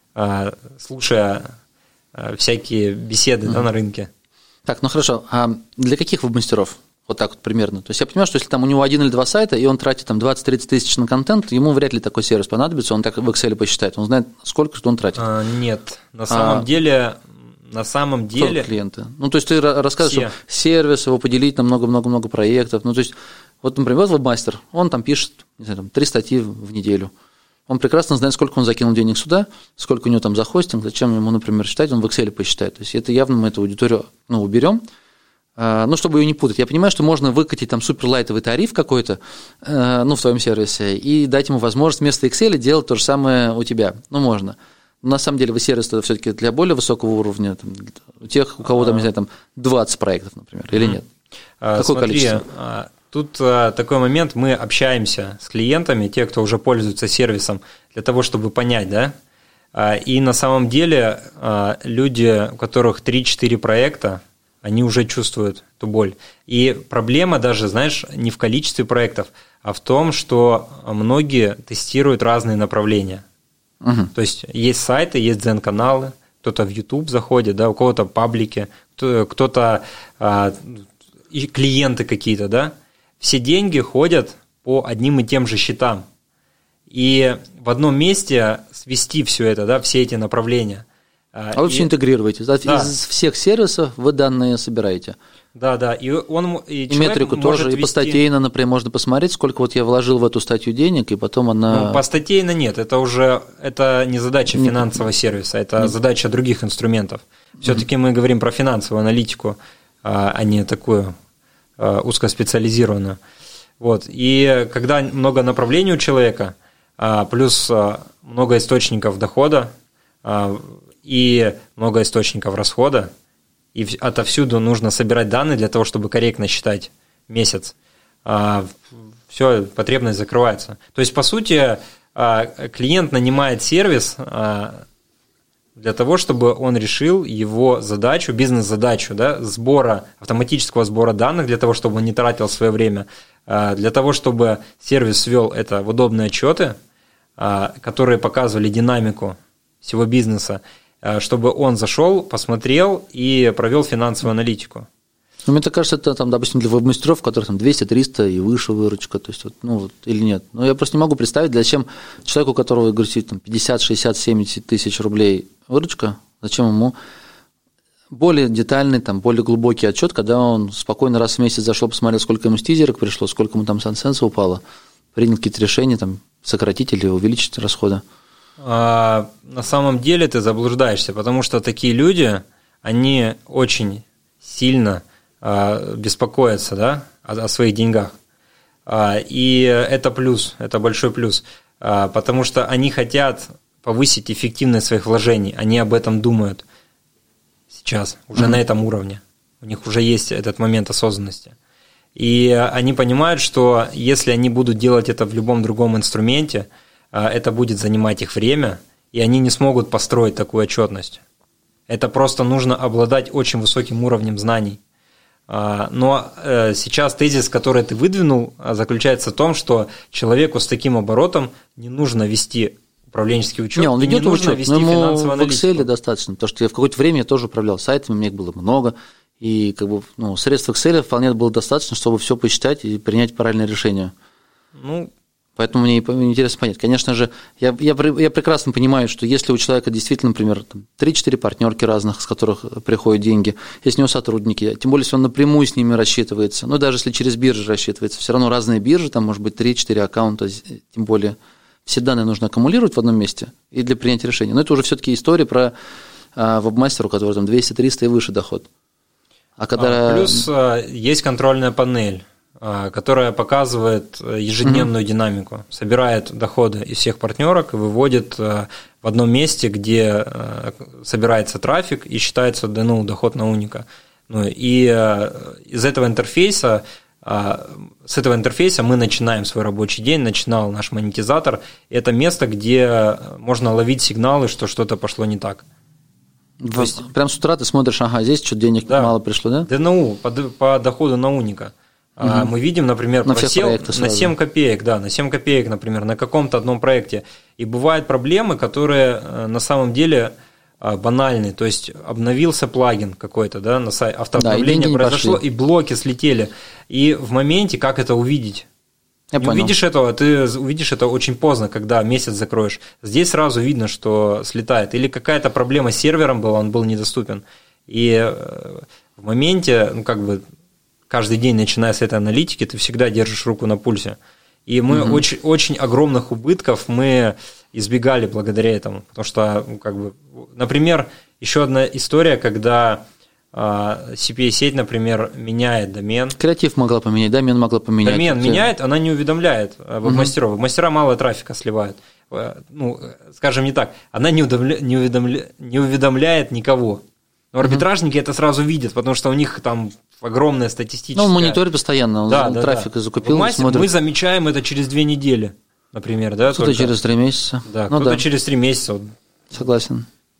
слушая всякие беседы mm-hmm. да, на рынке? Так, ну хорошо. А для каких веб-мастеров? Вот так вот примерно. То есть я понимаю, что если там у него один или два сайта, и он тратит там двадцать-тридцать тысяч на контент, ему вряд ли такой сервис понадобится, он так в Excel посчитает, он знает, сколько что он тратит. А, нет, на самом а, деле, на самом деле… клиенты. Ну, то есть ты рассказываешь, что сервис, его поделить на много-много-много проектов. Ну, то есть, вот, например, вот веб-мастер, он там пишет, не знаю, там, три статьи в неделю. Он прекрасно знает, сколько он закинул денег сюда, сколько у него там за хостинг, зачем ему, например, считать, он в Excel посчитает. То есть это явно мы эту аудиторию ну, уберем. Ну, чтобы ее не путать. Я понимаю, что можно выкатить там суперлайтовый тариф какой-то, ну, в твоем сервисе, и дать ему возможность вместо Excel делать то же самое у тебя. Ну, можно. Но на самом деле вы сервис все-таки для более высокого уровня, там, у тех, у кого там, не знаю, там двадцать проектов, например, или нет? Какое Смотри, количество? Тут такой момент, мы общаемся с клиентами, те, кто уже пользуется сервисом, для того, чтобы понять, да, и на самом деле люди, у которых три-четыре проекта, они уже чувствуют эту боль. И проблема даже, знаешь, не в количестве проектов, а в том, что многие тестируют разные направления. Угу. То есть есть сайты, есть дзен-каналы, кто-то в YouTube заходит, да, у кого-то паблики, кто-то а, и клиенты какие-то, да. Все деньги ходят по одним и тем же счетам. И в одном месте свести все это, да, все эти направления. А лучше и... интегрируете. Да. Из всех сервисов вы данные собираете. Да, да. И он и, и метрику тоже, вести... и по статейно, например, можно посмотреть, сколько вот я вложил в эту статью денег, и потом она. Ну, по статейно нет, это уже это не задача финансового нет. сервиса, это нет. задача других инструментов. Все-таки mm-hmm. мы говорим про финансовую аналитику, а не такую узкоспециализированную. Вот. И когда много направлений у человека, плюс много источников дохода, и много источников расхода, и отовсюду нужно собирать данные для того, чтобы корректно считать месяц, все, потребность закрывается. То есть, по сути, клиент нанимает сервис для того, чтобы он решил его задачу, бизнес-задачу, да, сбора, автоматического сбора данных, для того, чтобы он не тратил свое время, для того, чтобы сервис свел это в удобные отчеты, которые показывали динамику всего бизнеса, чтобы он зашел, посмотрел и провел финансовую аналитику. Ну, мне так кажется, это, там, допустим, для веб-мастеров, у которых там двести-триста и выше выручка, то есть, вот, ну, вот, или нет. Но я просто не могу представить, зачем человеку, у которого, говорите, там, пятьдесят, шестьдесят, семьдесят тысяч рублей выручка, зачем ему более детальный, там, более глубокий отчет, когда он спокойно раз в месяц зашел, посмотрел, сколько ему стизерок пришло, сколько ему там сансенса упало, принял какие-то решения, там, сократить или увеличить расходы. А, на самом деле ты заблуждаешься, потому что такие люди, они очень сильно беспокоятся, да, о, о своих деньгах. И это плюс, это большой плюс, потому что они хотят повысить эффективность своих вложений, они об этом думают сейчас, уже mm-hmm. на этом уровне. У них уже есть этот момент осознанности. И они понимают, что если они будут делать это в любом другом инструменте, это будет занимать их время, и они не смогут построить такую отчетность. Это просто нужно обладать очень высоким уровнем знаний. Но сейчас тезис, который ты выдвинул, заключается в том, что человеку с таким оборотом не нужно вести управленческий учет, не, он ведет не нужно учет, вести но ему финансовую в аналитику. Excel достаточно, потому что я в какое-то время я тоже управлял сайтами, у меня их было много, и как бы, ну, средств Excel вполне было достаточно, чтобы все посчитать и принять правильное решение. Ну, Поэтому мне интересно понять. Конечно же, я, я, я прекрасно понимаю, что если у человека действительно, например, три-четыре партнерки разных, с которых приходят деньги, если у него сотрудники, тем более, если он напрямую с ними рассчитывается, ну, даже если через биржи рассчитывается, все равно разные биржи, там может быть три-четыре аккаунта, тем более все данные нужно аккумулировать в одном месте и для принятия решения. Но это уже все-таки история про а, веб-мастера, у которого там двести-триста и выше доход. А когда... а, плюс а, есть контрольная панель, которая показывает ежедневную mm-hmm. динамику, собирает доходы из всех партнерок и выводит в одном месте, где собирается трафик и считается, ну, доход на уника. Ну, и из этого интерфейса, с этого интерфейса мы начинаем свой рабочий день, начинал наш монетизатор. Это место, где можно ловить сигналы, что что-то пошло не так. То есть... Прям с утра ты смотришь, ага, здесь что-то денег да. мало пришло, да? ДНУ по, по доходу на уника. Угу. Мы видим, например, на просел на семь копеек, да, на семь копеек, например, на каком-то одном проекте. И бывают проблемы, которые на самом деле банальны. То есть обновился плагин какой-то, да, на сайте, автообновление да, произошло, и блоки слетели. И в моменте, как это увидеть? Я не понял. увидишь этого, ты увидишь это очень поздно, когда месяц закроешь. Здесь сразу видно, что слетает. Или какая-то проблема с сервером была, он был недоступен. И в моменте, ну, как бы, каждый день, начиная с этой аналитики, ты всегда держишь руку на пульсе. И мы угу. очень, очень огромных убытков мы избегали благодаря этому. Потому что, ну, как бы, например, еще одна история, когда э, си пи эй-сеть, например, меняет домен. Креатив могла поменять, домен могла поменять. Домен меняет, она не уведомляет веб-мастеров. Угу. Веб-мастера мало трафика сливают. Ну, скажем не так, она не, уведомля, не, уведомля, не уведомляет никого. Но арбитражники uh-huh. это сразу видят, потому что у них там огромная статистическая... Ну, он мониторит постоянно, он да, да, трафик да. закупил, мы, мы замечаем это через две недели, например. Да, кто-то только... через три месяца. Да, ну, кто-то да. через три месяца. Согласен.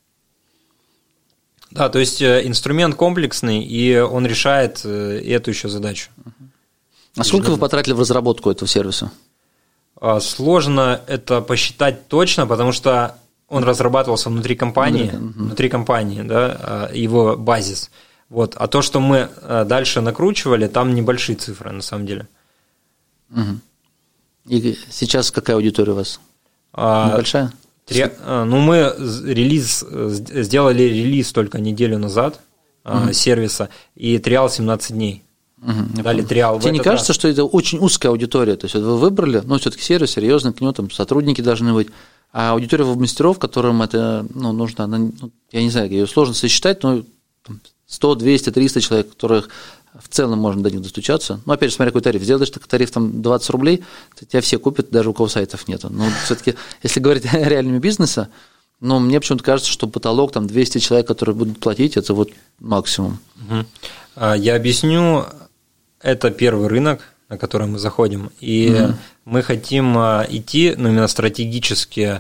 Да, то есть инструмент комплексный, и он решает эту еще задачу. Uh-huh. А сколько вы потратили в разработку этого сервиса? Сложно это посчитать точно, потому что... Он разрабатывался внутри компании, угу. внутри компании, да, его базис. Вот. А то, что мы дальше накручивали, там небольшие цифры, на самом деле. Угу. И сейчас какая аудитория у вас? Небольшая? Три, ну, мы релиз, сделали релиз только неделю назад угу. сервиса, и триал семнадцать дней. Угу, Дали триал. Тебе не кажется, раз. что это очень узкая аудитория? То есть, вот вы выбрали, ну, все-таки сервис серьезный, к нему там сотрудники должны быть. А аудитория веб-мастеров, которым это ну, нужно, она, ну, я не знаю, ее сложно сосчитать, но сто, двести, триста человек, которых в целом можно до них достучаться. Ну, опять же, смотря какой тариф. Сделаешь так тариф там двадцать рублей, то тебя все купят, даже у кого сайтов нету. Но все-таки, если говорить о реальном бизнесе, Но мне почему-то кажется, что потолок, там, двести человек, которые будут платить, это вот максимум. Угу. Я объясню, это первый рынок, на который мы заходим, и угу. мы хотим идти, ну, именно стратегически,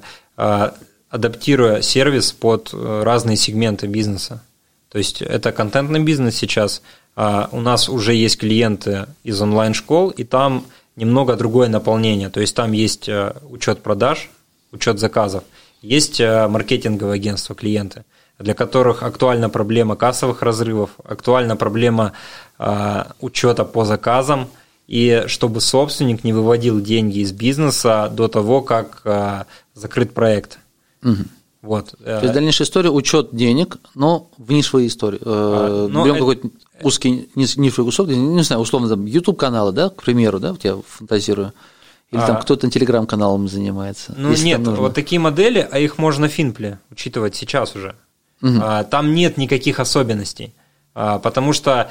адаптируя сервис под разные сегменты бизнеса. То есть это контентный бизнес сейчас, у нас уже есть клиенты из онлайн-школ, и там немного другое наполнение, то есть там есть учет продаж, учет заказов, есть маркетинговое агентство, клиенты, для которых актуальна проблема кассовых разрывов, актуальна проблема учета по заказам, и чтобы собственник не выводил деньги из бизнеса до того, как закрыт проект. Угу. Вот. То есть дальнейшая история – учет денег, но в нишевой истории. А, Берем это... какой-то узкий нишевый кусок, не знаю, условно, там, YouTube-каналы, да, к примеру, да, вот я фантазирую, или а... там кто-то телеграм-каналом занимается. Ну нет, вот такие модели, а их можно в Финпле учитывать сейчас уже. Угу. А, там нет никаких особенностей, а, потому что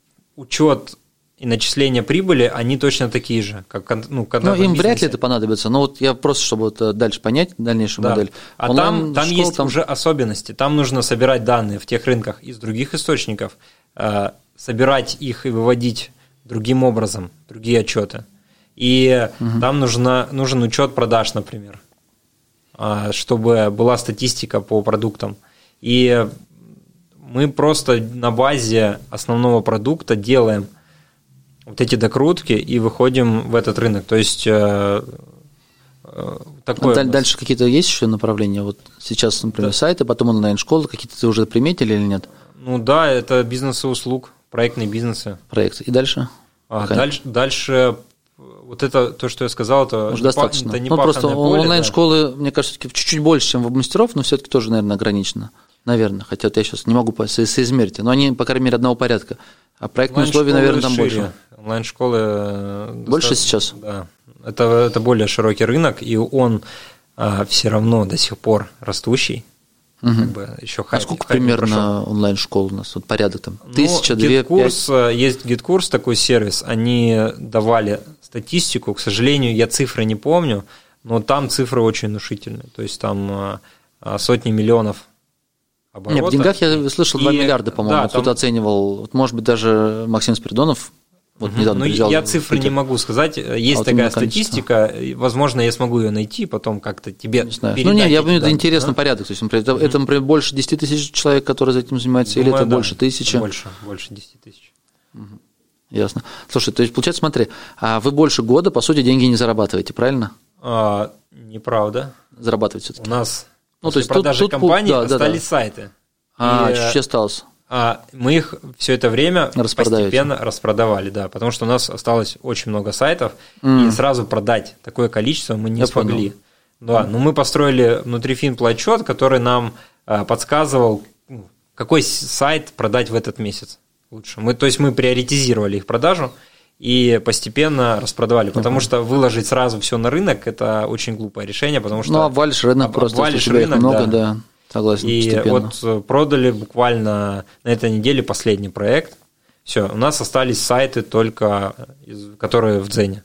учет и начисление прибыли, они точно такие же, как ну, ну им вряд ли это понадобится, но вот я просто, чтобы вот дальше понять дальнейшую да. модель. А там, там есть там... уже особенности, там нужно собирать данные в тех рынках из других источников, э, собирать их и выводить другим образом, другие отчеты. И угу. там нужно, нужен учет продаж, например, э, чтобы была статистика по продуктам. И мы просто на базе основного продукта делаем вот эти докрутки и выходим в этот рынок. То есть э, э, такое. А дальше какие-то есть еще направления? Вот сейчас, например, да. сайты, потом онлайн-школы, какие-то ты уже приметили или нет? Ну да, это бизнесы услуг, проектные бизнесы. Проекты. И дальше? А, дальше, дальше вот это то, что я сказал, это уже достаточно. Это не ну, просто поле, онлайн-школы, да. мне кажется, чуть-чуть больше, чем веб-мастеров, но все-таки тоже, наверное, ограничено. Наверное, хотя вот я сейчас не могу соизмерить, но они, по крайней мере, одного порядка. А проектные условия, наверное, там шире. Больше. Онлайн-школы больше сейчас? Да. Это, это более широкий рынок, и он а, все равно до сих пор растущий. Угу. Как бы еще а сколько примерно онлайн-школ у нас? Вот порядок там? Тысяча, ну, две, пять? Есть GitKurs, такой сервис, они давали статистику, к сожалению, я цифры не помню, но там цифры очень внушительные, то есть там а, сотни миллионов оборота. Нет, в деньгах я слышал два миллиарда, по-моему, да, кто-то там... оценивал, вот, может быть, даже Максим Спиридонов. Вот угу. Ну, я цифры не могу сказать. Есть а такая статистика, возможно, я смогу ее найти, потом как-то тебе не знаю. Ну, нет, я понимаю, это интересный да? порядок. То есть, например, угу. это, например, больше десяти тысяч человек, которые этим занимаются, Думаю, или это да, больше тысячи? Больше, больше десяти тысяч. Угу. Ясно. Слушай, то есть, получается, смотри, а вы больше года, по сути, деньги не зарабатываете, правильно? А, неправда. Зарабатываете все-таки. У нас ну, после то есть продажи тут, компании тут, да, остались да, да. сайты. А, и, чуть-чуть осталось. А мы их все это время постепенно распродавали, да, потому что у нас осталось очень много сайтов, mm. и сразу продать такое количество мы не Я смогли. Да, но мы построили внутри Финпла отчет, который нам а, подсказывал, какой сайт продать в этот месяц лучше. Мы, то есть мы приоритизировали их продажу и постепенно распродавали, потому uh-huh. что выложить сразу все на рынок – это очень глупое решение, потому что… Ну, обвалишь рынок просто, обвалишь если рынок, много, да. да. Согласен, и постепенно. Вот продали буквально на этой неделе последний проект. Все, у нас остались сайты только, которые в Дзене.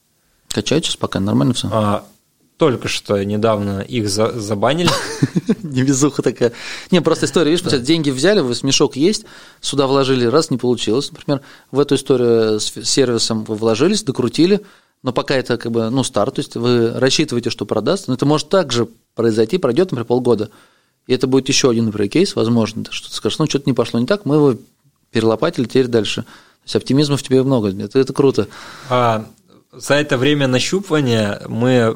Качают сейчас пока, нормально все? А, только что недавно их за, забанили. Невезуха такая. Не, просто история, видишь, да. деньги взяли, вы смешок есть, сюда вложили, раз, не получилось. Например, в эту историю с сервисом вы вложились, докрутили, но пока это как бы, ну, старт, то есть вы рассчитываете, что продастся, но это может также произойти, пройдет, например, полгода. И это будет еще один, например, кейс, возможно, что ты скажешь, ну, что-то не пошло не так, мы его перелопатили, теперь дальше. То есть оптимизма в тебе много, это, это круто. А, за это время нащупывания мы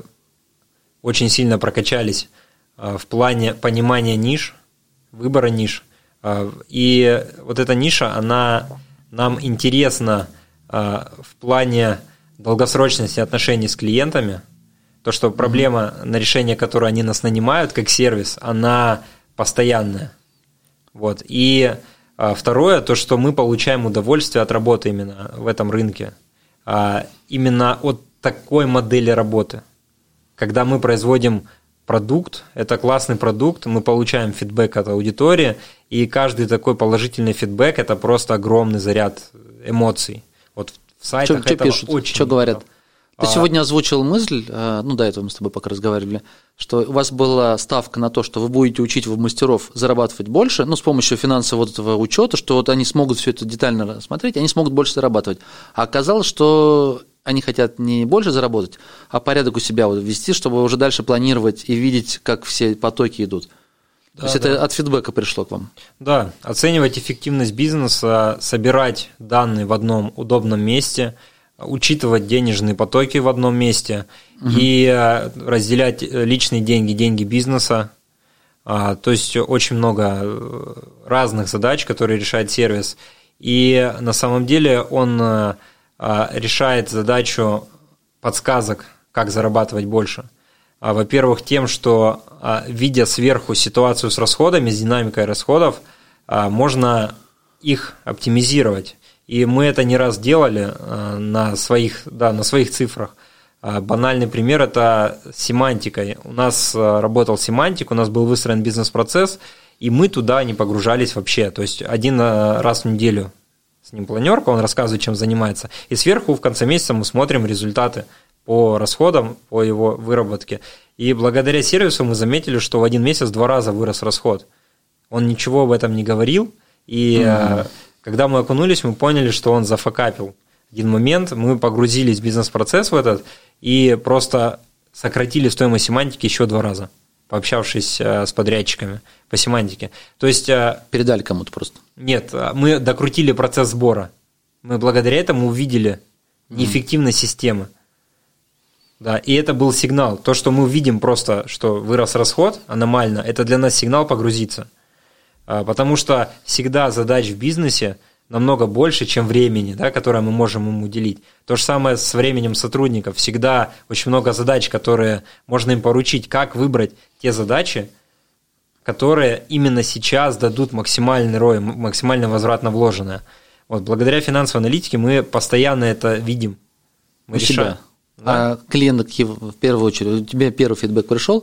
очень сильно прокачались а, в плане понимания ниш, выбора ниш. А, и вот эта ниша, она нам интересна а, в плане долгосрочности отношений с клиентами. То, что проблема, mm-hmm. на решение которой они нас нанимают как сервис, она постоянная. Вот. И а, второе, то, что мы получаем удовольствие от работы именно в этом рынке. А, именно от такой модели работы. Когда мы производим продукт, это классный продукт, мы получаем фидбэк от аудитории, и каждый такой положительный фидбэк – это просто огромный заряд эмоций. Вот в сайтах что, этого что пишут, очень что говорят? Ты а... сегодня озвучил мысль, ну, до этого мы с тобой пока разговаривали, что у вас была ставка на то, что вы будете учить мастеров зарабатывать больше, ну, с помощью финансового вот этого учета, что вот они смогут все это детально рассмотреть, они смогут больше зарабатывать. А оказалось, что они хотят не больше заработать, а порядок у себя вот ввести, чтобы уже дальше планировать и видеть, как все потоки идут. Да, То есть да. это от фидбэка пришло к вам? Да, оценивать эффективность бизнеса, собирать данные в одном удобном месте, учитывать денежные потоки в одном месте угу. и разделять личные деньги, деньги бизнеса. То есть очень много разных задач, которые решает сервис. И на самом деле он решает задачу подсказок, как зарабатывать больше. Во-первых, тем, что, видя сверху ситуацию с расходами, с динамикой расходов, можно их оптимизировать. И мы это не раз делали на своих, да, на своих цифрах. Банальный пример – это с семантикой. У нас работал семантик, у нас был выстроен бизнес-процесс, и мы туда не погружались вообще. То есть один раз в неделю с ним планерка, он рассказывает, чем занимается. И сверху в конце месяца мы смотрим результаты по расходам, по его выработке. И благодаря сервису мы заметили, что в один месяц два раза вырос расход. Он ничего об этом не говорил, и mm-hmm. когда мы окунулись, мы поняли, что он зафакапил. В один момент мы погрузились в бизнес-процесс в этот и просто сократили стоимость семантики еще два раза, пообщавшись с подрядчиками по семантике. То есть передали кому-то просто? Нет, мы докрутили процесс сбора. Мы благодаря этому увидели неэффективность mm-hmm. системы. Да, и это был сигнал. То, что мы увидим просто, что вырос расход аномально, это для нас сигнал погрузиться. Потому что всегда задач в бизнесе намного больше, чем времени, да, которое мы можем им уделить. То же самое с временем сотрудников. Всегда очень много задач, которые можно им поручить. Как выбрать те задачи, которые именно сейчас дадут максимальный рой, максимальный возврат на вложенное. Вот, благодаря финансовой аналитике мы постоянно это видим. Мы у решаем. Себя. Да. А клиенты в первую очередь, у тебя первый фидбэк пришел,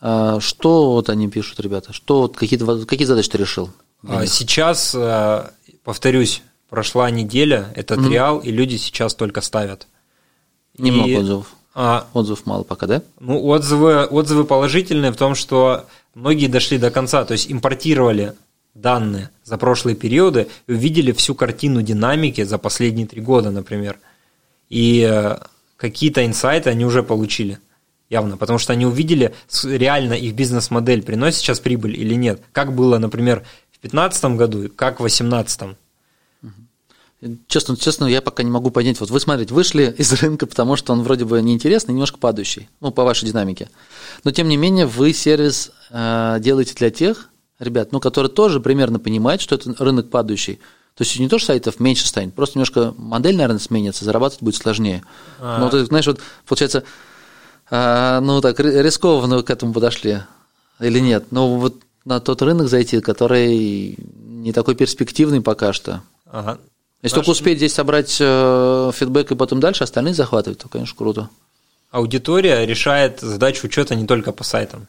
что вот они пишут, ребята, что какие-то, какие задачи ты решил? Сейчас, повторюсь, прошла неделя, это mm-hmm. триал, и люди сейчас только ставят. Немного и, отзывов. А, отзывов мало пока, да? Ну, отзывы, отзывы положительные в том, что многие дошли до конца, то есть импортировали данные за прошлые периоды и увидели всю картину динамики за последние три года, например. И какие-то инсайты они уже получили, явно, потому что они увидели реально их бизнес-модель, приносит сейчас прибыль или нет. Как было, например, в две тысячи пятнадцатом году, как в две тысячи восемнадцатом. Честно, честно, я пока не могу понять. Вот вы, смотрите, вышли из рынка, потому что он вроде бы неинтересный, немножко падающий, ну, по вашей динамике. Но, тем не менее, вы сервис э, делаете для тех ребят, ну, которые тоже примерно понимают, что это рынок падающий. То есть не то, что сайтов меньше станет, просто немножко модель, наверное, сменится, зарабатывать будет сложнее. А-а-а. Но ты знаешь, вот получается, э, ну так рискованно к этому подошли или нет? Ну вот на тот рынок зайти, который не такой перспективный пока что. Ага. Если Наш... только успеть здесь собрать э, фидбэк и потом дальше остальные захватывать, то, конечно, круто. Аудитория решает задачу учета не только по сайтам.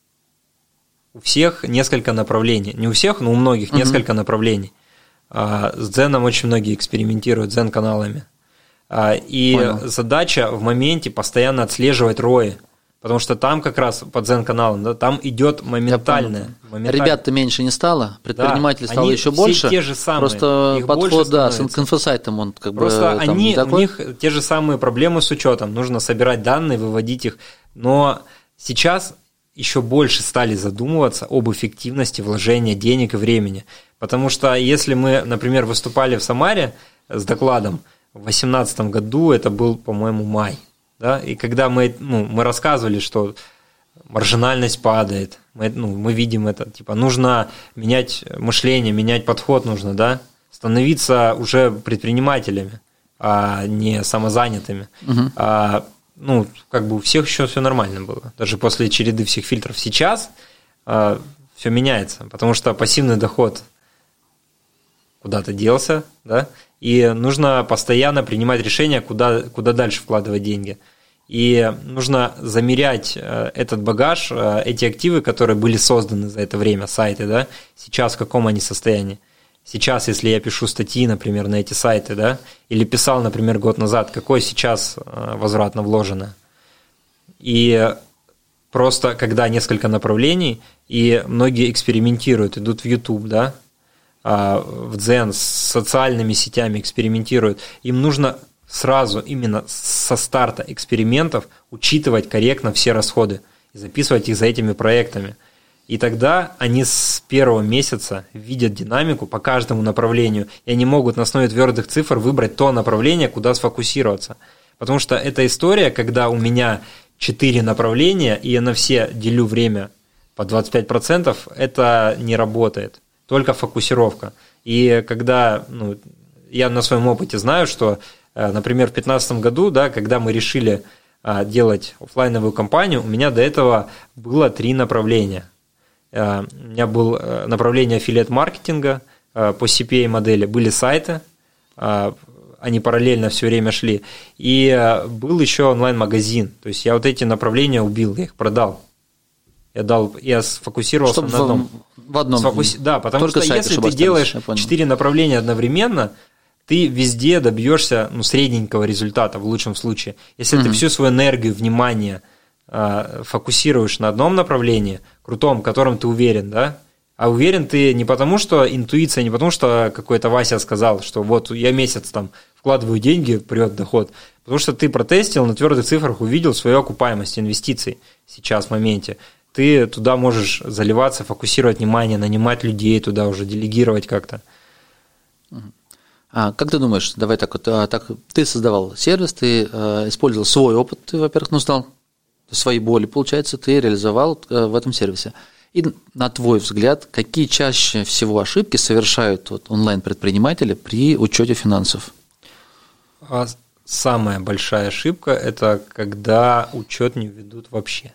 У всех несколько направлений. Не у всех, но у многих угу. несколько направлений. С Дзеном очень многие экспериментируют, Дзен-каналами. И Понял. Задача в моменте постоянно отслеживать рои, потому что там как раз по Дзен-каналам, да, там идет моментальное. моментальное. Ребят-то меньше не стало, предпринимателей да, стало еще больше. Те же самые. Просто подход, да, с инфосайтом он как Просто бы они, там у них те же самые проблемы с учетом. Нужно собирать данные, выводить их. Но сейчас еще больше стали задумываться об эффективности вложения денег и времени. Потому что если мы, например, выступали в Самаре с докладом в две тысячи восемнадцатом году, это был, по-моему, май, да, и когда мы, ну, мы рассказывали, что маржинальность падает, мы, ну, мы видим это, типа, нужно менять мышление, менять подход нужно, да, становиться уже предпринимателями, а не самозанятыми. Угу. А, ну, как бы у всех еще все нормально было, даже после череды всех фильтров. Сейчас а, все меняется, потому что пассивный доход куда-то делся, да, и нужно постоянно принимать решения, куда, куда дальше вкладывать деньги. И нужно замерять этот багаж, эти активы, которые были созданы за это время, сайты, да, сейчас в каком они состоянии. сейчас, если я пишу статьи, например, на эти сайты, да, или писал, например, год назад, какой сейчас возврат на вложенное. И просто когда несколько направлений, и многие экспериментируют, идут в YouTube, да, в Дзен, с социальными сетями экспериментируют, им нужно сразу именно со старта экспериментов учитывать корректно все расходы и записывать их за этими проектами. И тогда они с первого месяца видят динамику по каждому направлению, и они могут на основе твердых цифр выбрать то направление, куда сфокусироваться. Потому что эта история, когда у меня четыре направления, и я на все делю время по двадцать пять процентов, это не работает. Только фокусировка. И когда, ну, я на своем опыте знаю, что, например, в две тысячи пятнадцатом году, да, когда мы решили делать офлайновую кампанию, у меня до этого было три направления. У меня было направление аффилиат-маркетинга по си пи эй-модели, были сайты, они параллельно все время шли, и был еще онлайн-магазин. То есть я вот эти направления убил, я их продал. Я, дал, я сфокусировался Чтобы на одном. В одном. Сфокуси... Да, потому Только что сайты, если ты остались, делаешь четыре направления одновременно, ты везде добьешься, ну, средненького результата в лучшем случае. Если угу. ты всю свою энергию, внимание э, фокусируешь на одном направлении, крутом, в котором ты уверен, да, а уверен ты не потому, что интуиция, не потому, что какой-то Вася сказал, что вот я месяц там вкладываю деньги, придет доход, потому что ты протестил, на твердых цифрах увидел свою окупаемость инвестиций сейчас в моменте. Ты туда можешь заливаться, фокусировать внимание, нанимать людей туда уже, делегировать как-то. А как ты думаешь, давай так вот, так, ты создавал сервис, ты э, использовал свой опыт, ты, во-первых, ну, знал свои боли, получается, ты реализовал э, в этом сервисе. И на твой взгляд, какие чаще всего ошибки совершают вот, онлайн-предприниматели при учете финансов? Самая большая ошибка – это когда учет не ведут вообще.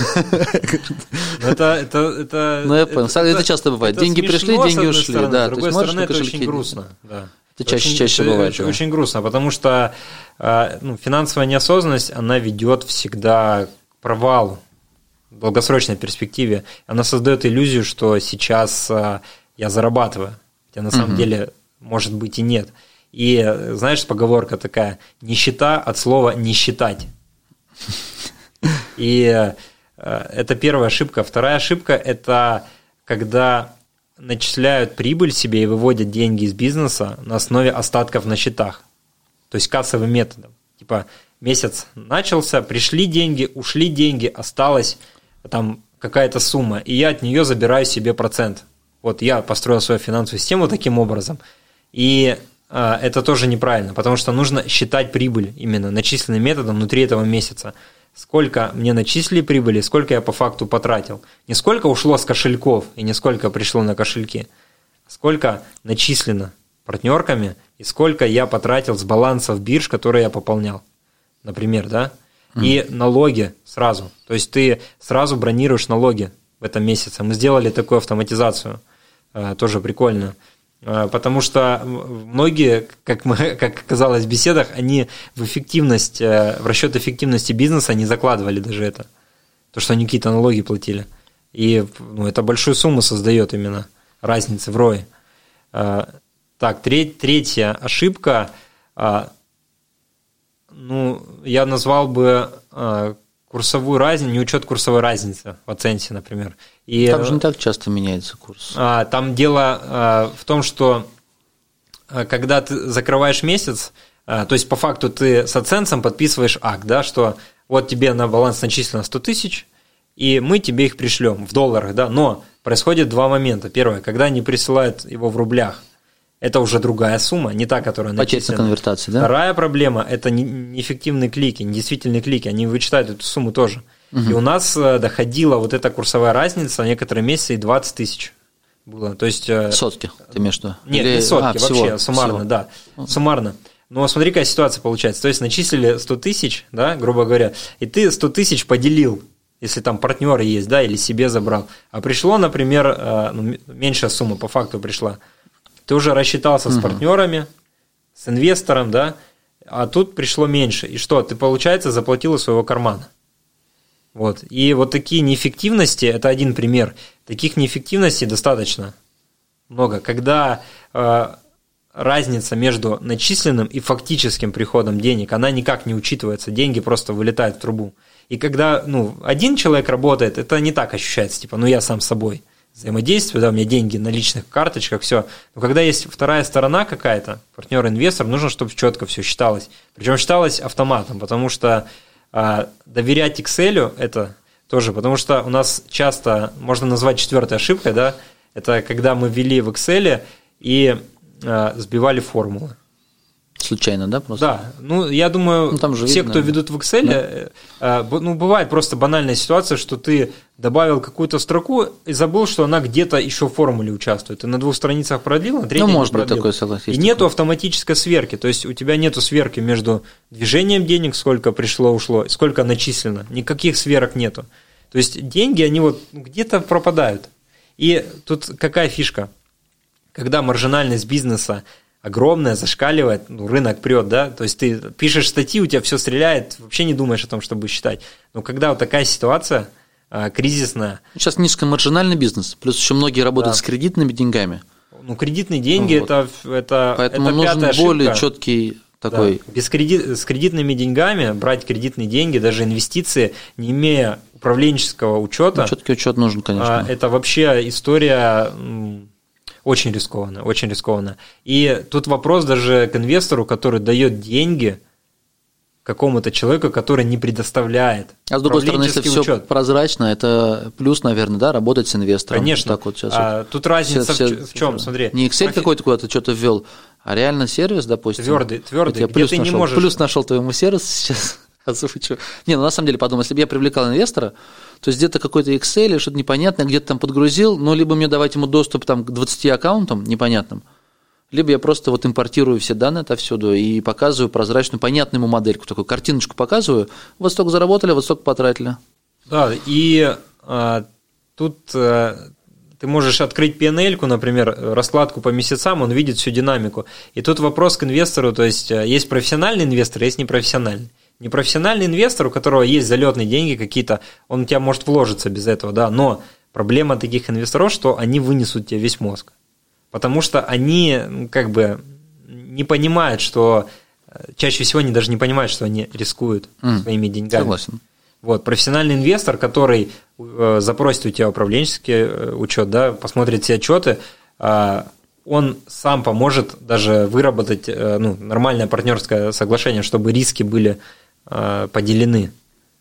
Это, это, это, ну, я понял. Это, это часто бывает. Деньги пришли, деньги ушли. Да, с другой стороны, это очень грустно. Да. Это чаще, очень, чаще это бывает. Очень, да. очень грустно, потому что ну, финансовая неосознанность, она ведет всегда к провалу в долгосрочной перспективе. Она создает иллюзию, что сейчас я зарабатываю, хотя на самом угу. деле, может быть, и нет. И знаешь, поговорка такая: нищета от слова «не считать». И это первая ошибка. Вторая ошибка – это когда начисляют прибыль себе и выводят деньги из бизнеса на основе остатков на счетах. То есть кассовым методом. Типа месяц начался, пришли деньги, ушли деньги, осталась там какая-то сумма, и я от нее забираю себе процент. Вот я построил свою финансовую систему таким образом. И а, это тоже неправильно, потому что нужно считать прибыль именно начисленным методом внутри этого месяца. Сколько мне начислили прибыли, сколько я по факту потратил. Не сколько ушло с кошельков и не сколько пришло на кошельки, сколько начислено партнерками и сколько я потратил с балансов бирж, которые я пополнял, например, да, и налоги сразу. То есть ты сразу бронируешь налоги в этом месяце. Мы сделали такую автоматизацию, тоже прикольную. Потому что многие, как, мы, как оказалось в беседах, они в эффективность, в расчет эффективности бизнеса не закладывали даже это. То, что они какие-то налоги платили. И ну, это большую сумму создает именно разницы в рое. Так, треть, третья ошибка, ну, я назвал бы курсовую разницу, не учет курсовой разницы в оценке, например. И, там же не так часто меняется курс. Там дело в том, что когда ты закрываешь месяц, то есть по факту ты с оценцем подписываешь акт, да, что вот тебе на баланс начислено сто тысяч, и мы тебе их пришлем в долларах, да, но происходит два момента. Первое, когда они присылают его в рублях, это уже другая сумма, не та, которая начислена. По конвертации, да? Вторая проблема – это неэффективные клики, недействительные клики, они вычитают эту сумму тоже. Угу. И у нас доходила вот эта курсовая разница некоторые месяцы и двадцать тысяч было. То есть, сотки, ты имеешь в виду? Нет, Или... не сотки, а, вообще, всего, суммарно, всего. да, суммарно. Но смотри, какая ситуация получается. То есть начислили сто тысяч, да, грубо говоря, и ты сто тысяч поделил, если там партнеры есть, да, или себе забрал. А пришло, например, ну, меньшая сумма по факту пришла. Ты уже рассчитался угу. с партнерами, с инвестором, да, а тут пришло меньше. И что? Ты, получается, заплатил из своего кармана. Вот. И вот такие неэффективности, это один пример, таких неэффективностей достаточно много. Когда э, разница между начисленным и фактическим приходом денег, она никак не учитывается, деньги просто вылетают в трубу. И когда ну, один человек работает, это не так ощущается, типа, ну я сам с собой взаимодействую, да, у меня деньги на личных карточках, все. Но когда есть вторая сторона какая-то, партнер-инвестор, нужно, чтобы четко все считалось. Причем считалось автоматом, потому что э, доверять Excel это тоже, потому что у нас часто, можно назвать четвертой ошибкой, да, это когда мы ввели в Excel и э, сбивали формулы. Случайно, да, просто? Да, ну, я думаю, ну, там же все, видно, кто ведут в Excel, да. э, ну, бывает просто банальная ситуация, что ты добавил какую-то строку и забыл, что она где-то еще в формуле участвует. Ты на двух страницах продлил, на третьей ну, может не продлил. Быть такое, согласен. И нету автоматической сверки, то есть у тебя нету сверки между движением денег, сколько пришло, ушло, сколько начислено, никаких сверок нету. То есть деньги, они вот где-то пропадают. И тут какая фишка? Когда маржинальность бизнеса огромная, зашкаливает, ну, рынок прет, да, то есть ты пишешь статьи, у тебя все стреляет, вообще не думаешь о том, чтобы считать. Но когда вот такая ситуация а, кризисная... Сейчас низкомаржинальный бизнес, плюс еще многие работают да. с кредитными деньгами. Ну, кредитные деньги, вот. это, это, Поэтому это нужен пятая более ошибка. четкий такой... Да. Без кредит... С кредитными деньгами брать кредитные деньги, даже инвестиции, не имея управленческого учета... Ну, четкий учет нужен, конечно. А, это вообще история... Очень рискованно, очень рискованно. И тут вопрос даже к инвестору, который дает деньги какому-то человеку, который не предоставляет. А с другой стороны, если все учет. Прозрачно, это плюс, наверное, да, работать с инвестором. Конечно. Так вот сейчас а, вот. Тут разница все, в, в чем, смотри. Не Excel Профи... какой-то куда-то что-то ввел, а реально сервис, допустим. Твердый, твердый, я где плюс ты нашел, не можешь... Плюс нашел твоему сервису сейчас. Озвучу. Не, ну на самом деле подумай, если бы я привлекал инвестора, то есть где-то какой-то Excel или что-то непонятное, где-то там подгрузил, но либо мне давать ему доступ там, к двадцати аккаунтам непонятным, либо я просто вот импортирую все данные отовсюду и показываю прозрачную, понятную ему модельку, такую картиночку показываю, вот столько заработали, вот столько потратили. Да, и а, тут а, ты можешь открыть пи эн эл-ку, например, раскладку по месяцам, он видит всю динамику. И тут вопрос к инвестору, то есть есть профессиональный инвестор, есть непрофессиональный. Непрофессиональный инвестор, у которого есть залетные деньги какие-то, он у тебя может вложиться без этого, да, но проблема таких инвесторов, что они вынесут тебе весь мозг, потому что они как бы не понимают, что чаще всего они даже не понимают, что они рискуют mm, своими деньгами. Согласен. Вот, профессиональный инвестор, который э, запросит у тебя управленческий э, учет, да, посмотрит все отчеты, э, он сам поможет даже выработать э, ну, нормальное партнерское соглашение, чтобы риски были поделены.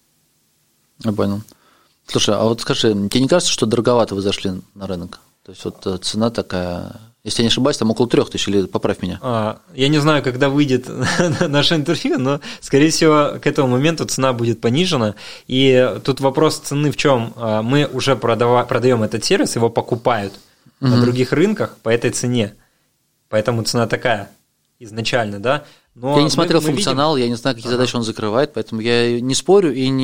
Я понял. Слушай, а вот скажи, тебе не кажется, что дороговато вы зашли на рынок? То есть вот цена такая, если я не ошибаюсь, там около трех тысяч, или поправь меня. А, я не знаю, когда выйдет наше интервью, но, скорее всего, к этому моменту цена будет понижена. И тут вопрос цены в чем? Мы уже продава- продаем этот сервис, его покупают угу. на других рынках по этой цене. Поэтому цена такая изначально, да. Но я не смотрел мы, мы функционал, видим... я не знаю, какие ага. задачи он закрывает, поэтому я не спорю и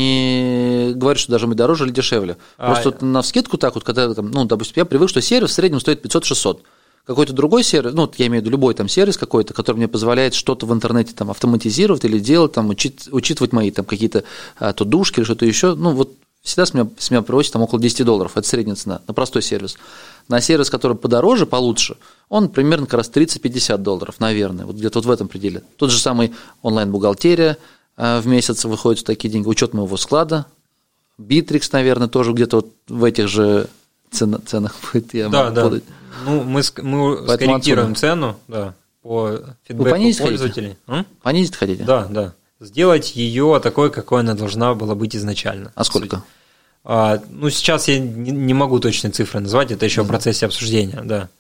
не говорю, что должно быть дороже или дешевле. Просто а, вот навскидку так вот, когда, там, ну, допустим, я привык, что сервис в среднем стоит пятьсот-шестьсот. Какой-то другой сервис, ну, я имею в виду любой там сервис какой-то, который мне позволяет что-то в интернете там автоматизировать или делать, там, учить, учитывать мои там какие-то а, тудушки или что-то еще, ну, вот всегда с меня, с меня просит там около десять долларов, это средняя цена, на простой сервис. На сервис, который подороже, получше, он примерно как раз тридцать-пятьдесят долларов, наверное, вот где-то вот в этом пределе. Тот же самый онлайн-бухгалтерия в месяц выходит такие деньги, учет моего склада, Битрикс, наверное, тоже где-то вот в этих же цен, ценах будет. Я да, да. Подать. Ну, мы, мы скорректируем цену да, по фидбэку пользователей. Хотите? Понизить хотите? Да, да. Сделать ее такой, какой она должна была быть изначально. А сколько? А, ну, сейчас я не, не могу точные цифры назвать, это еще mm-hmm. в процессе обсуждения, да.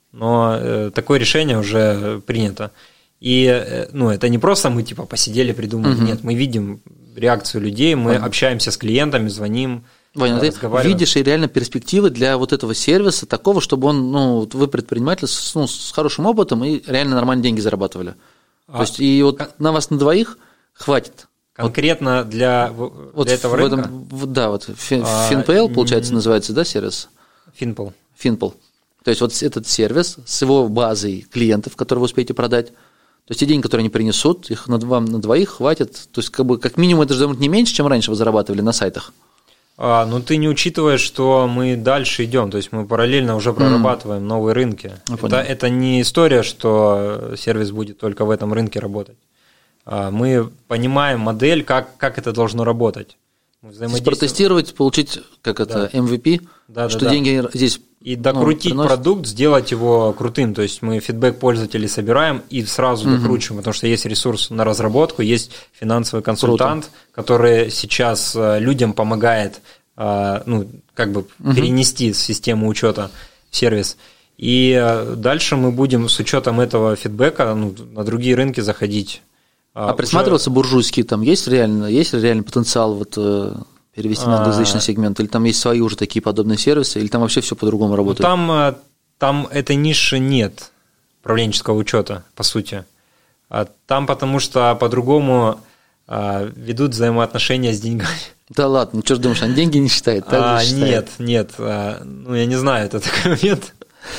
Но э, такое решение уже принято. И э, ну, это не просто мы типа посидели, придумали, mm-hmm. нет, мы видим реакцию людей, мы mm-hmm. общаемся с клиентами, звоним. Ваня, ты видишь и реально перспективы для вот этого сервиса такого, чтобы он, ну, вы предприниматель с, ну, с хорошим опытом и реально нормальные деньги зарабатывали. А, То есть и вот кон- на вас на двоих хватит. Конкретно вот, для, вот для этого в рынка? Этом, да, вот FinPL, а, получается, м- называется, да, сервис? FinPL. FinPL. То есть вот этот сервис с его базой клиентов, которые вы успеете продать, то есть те деньги, которые они принесут, их на, вам на двоих хватит. То есть как бы как минимум это же не меньше, чем раньше вы зарабатывали на сайтах. А, ну, ты не учитываешь, что мы дальше идем, то есть мы параллельно уже прорабатываем mm. новые рынки. Это, это не история, что сервис будет только в этом рынке работать. А, мы понимаем модель, как, как это должно работать. Протестировать, получить, как это, да. эм ви пи, да, что да, деньги да. здесь и докрутить ну, продукт, сделать его крутым. То есть мы фидбэк пользователей собираем и сразу угу. докручиваем, потому что есть ресурс на разработку, есть финансовый консультант, Круто. который сейчас людям помогает ну, как бы угу. перенести систему учета в сервис. И дальше мы будем с учетом этого фидбэка ну, на другие рынки заходить. А присматриваться уже... буржуйские, там есть реально, есть реальный потенциал вот, перевести на англоязычный сегмент, или там есть свои уже такие подобные сервисы, или там вообще все по-другому работает? Там, там этой ниши нет, управленческого учета, по сути. Там потому что по-другому ведут взаимоотношения с деньгами. Да ладно, ну что ж думаешь, он деньги не считает? А, нет, нет, ну я не знаю, это такой момент,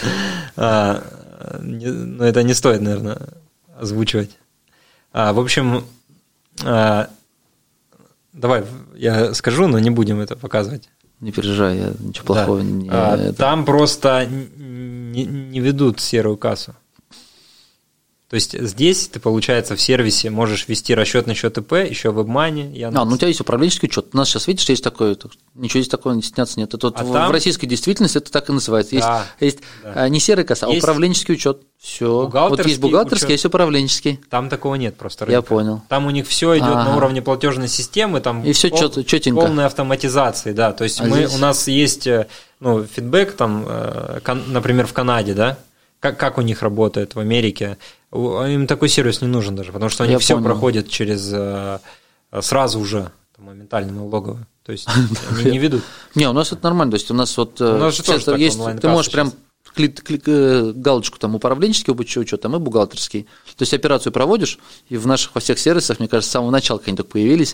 но это не стоит, наверное, озвучивать. А, в общем, а, давай я скажу, но не будем это показывать. Не переживай, я ничего плохого да. не... А, это... Там просто не, не ведут серую кассу. То есть здесь ты, получается, в сервисе можешь вести расчетный счет ИП, еще в WebMoney. А, ну у тебя есть управленческий учет. У нас сейчас, видишь, есть такое, ничего здесь такого не стесняться нет. Это вот а в, там... в российской действительности это так и называется. Есть, да, есть да. не серая касса, а есть... управленческий учет. Все. Вот есть бухгалтерский, учет. Есть управленческий. Там такого нет просто рынка. Я понял. Там у них все идет ага. на уровне платежной системы, там и все пол... четенько. Полной автоматизации, да. То есть а мы, здесь... у нас есть ну, фидбэк, там, например, в Канаде, да, как, как у них работает в Америке. Им такой сервис не нужен даже, потому что они Я все понял. проходят через сразу уже моментально налоговую. То есть они не ведут. Не, у нас это нормально. То есть у нас вот у нас же тоже есть. Ты можешь прям клик, клик, галочку там управленческий учет, там и бухгалтерский. То есть операцию проводишь, и в наших во всех сервисах, мне кажется, с самого начала как они только появились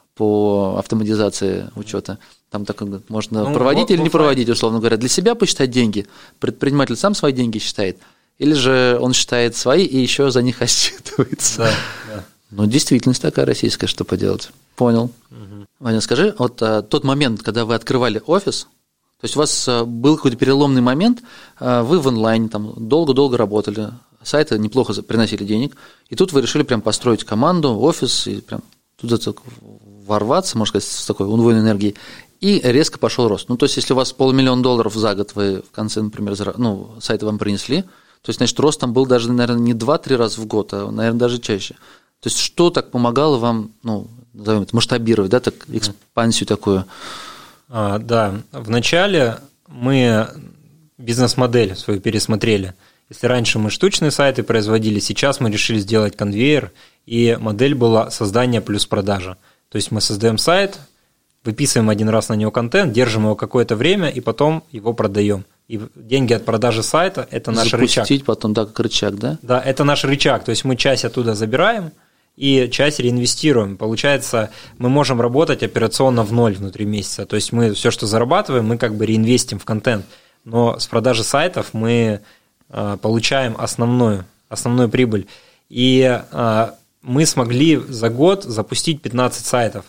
по автоматизации учета. Там так можно ну, проводить или не проводить, условно говоря. Для себя посчитать деньги. Предприниматель сам свои деньги считает. Или же он считает свои и еще за них отсчитывается. Да, да. Ну, действительность такая российская, что поделать. Понял. Угу. Ваня, скажи, вот а, тот момент, когда вы открывали офис, то есть у вас а, был какой-то переломный момент, а, вы в онлайне там долго-долго работали, сайты неплохо приносили денег, и тут вы решили прям построить команду, офис, и прям туда ворваться, можно сказать, с такой удвоенной энергией, и резко пошел рост. Ну, то есть, если у вас полмиллиона долларов за год вы в конце, например, ну, сайты вам принесли, то есть, значит, рост там был даже, наверное, не два-три раза в год, а, наверное, даже чаще. То есть, что так помогало вам, ну, назовем это, масштабировать, да, так, экспансию такую? А, да, вначале мы бизнес-модель свою пересмотрели. Если раньше мы штучные сайты производили, сейчас мы решили сделать конвейер, и модель была создание плюс продажа. То есть, мы создаем сайт, выписываем один раз на него контент, держим его какое-то время, и потом его продаем. И деньги от продажи сайта – это наш Запустить рычаг. Запустить потом, да, как рычаг, да? Да, это наш рычаг. То есть мы часть оттуда забираем и часть реинвестируем. Получается, мы можем работать операционно в ноль внутри месяца. То есть мы все, что зарабатываем, мы как бы реинвестим в контент. Но с продажи сайтов мы э, получаем основную, основную прибыль. И э, мы смогли за год запустить пятнадцать сайтов.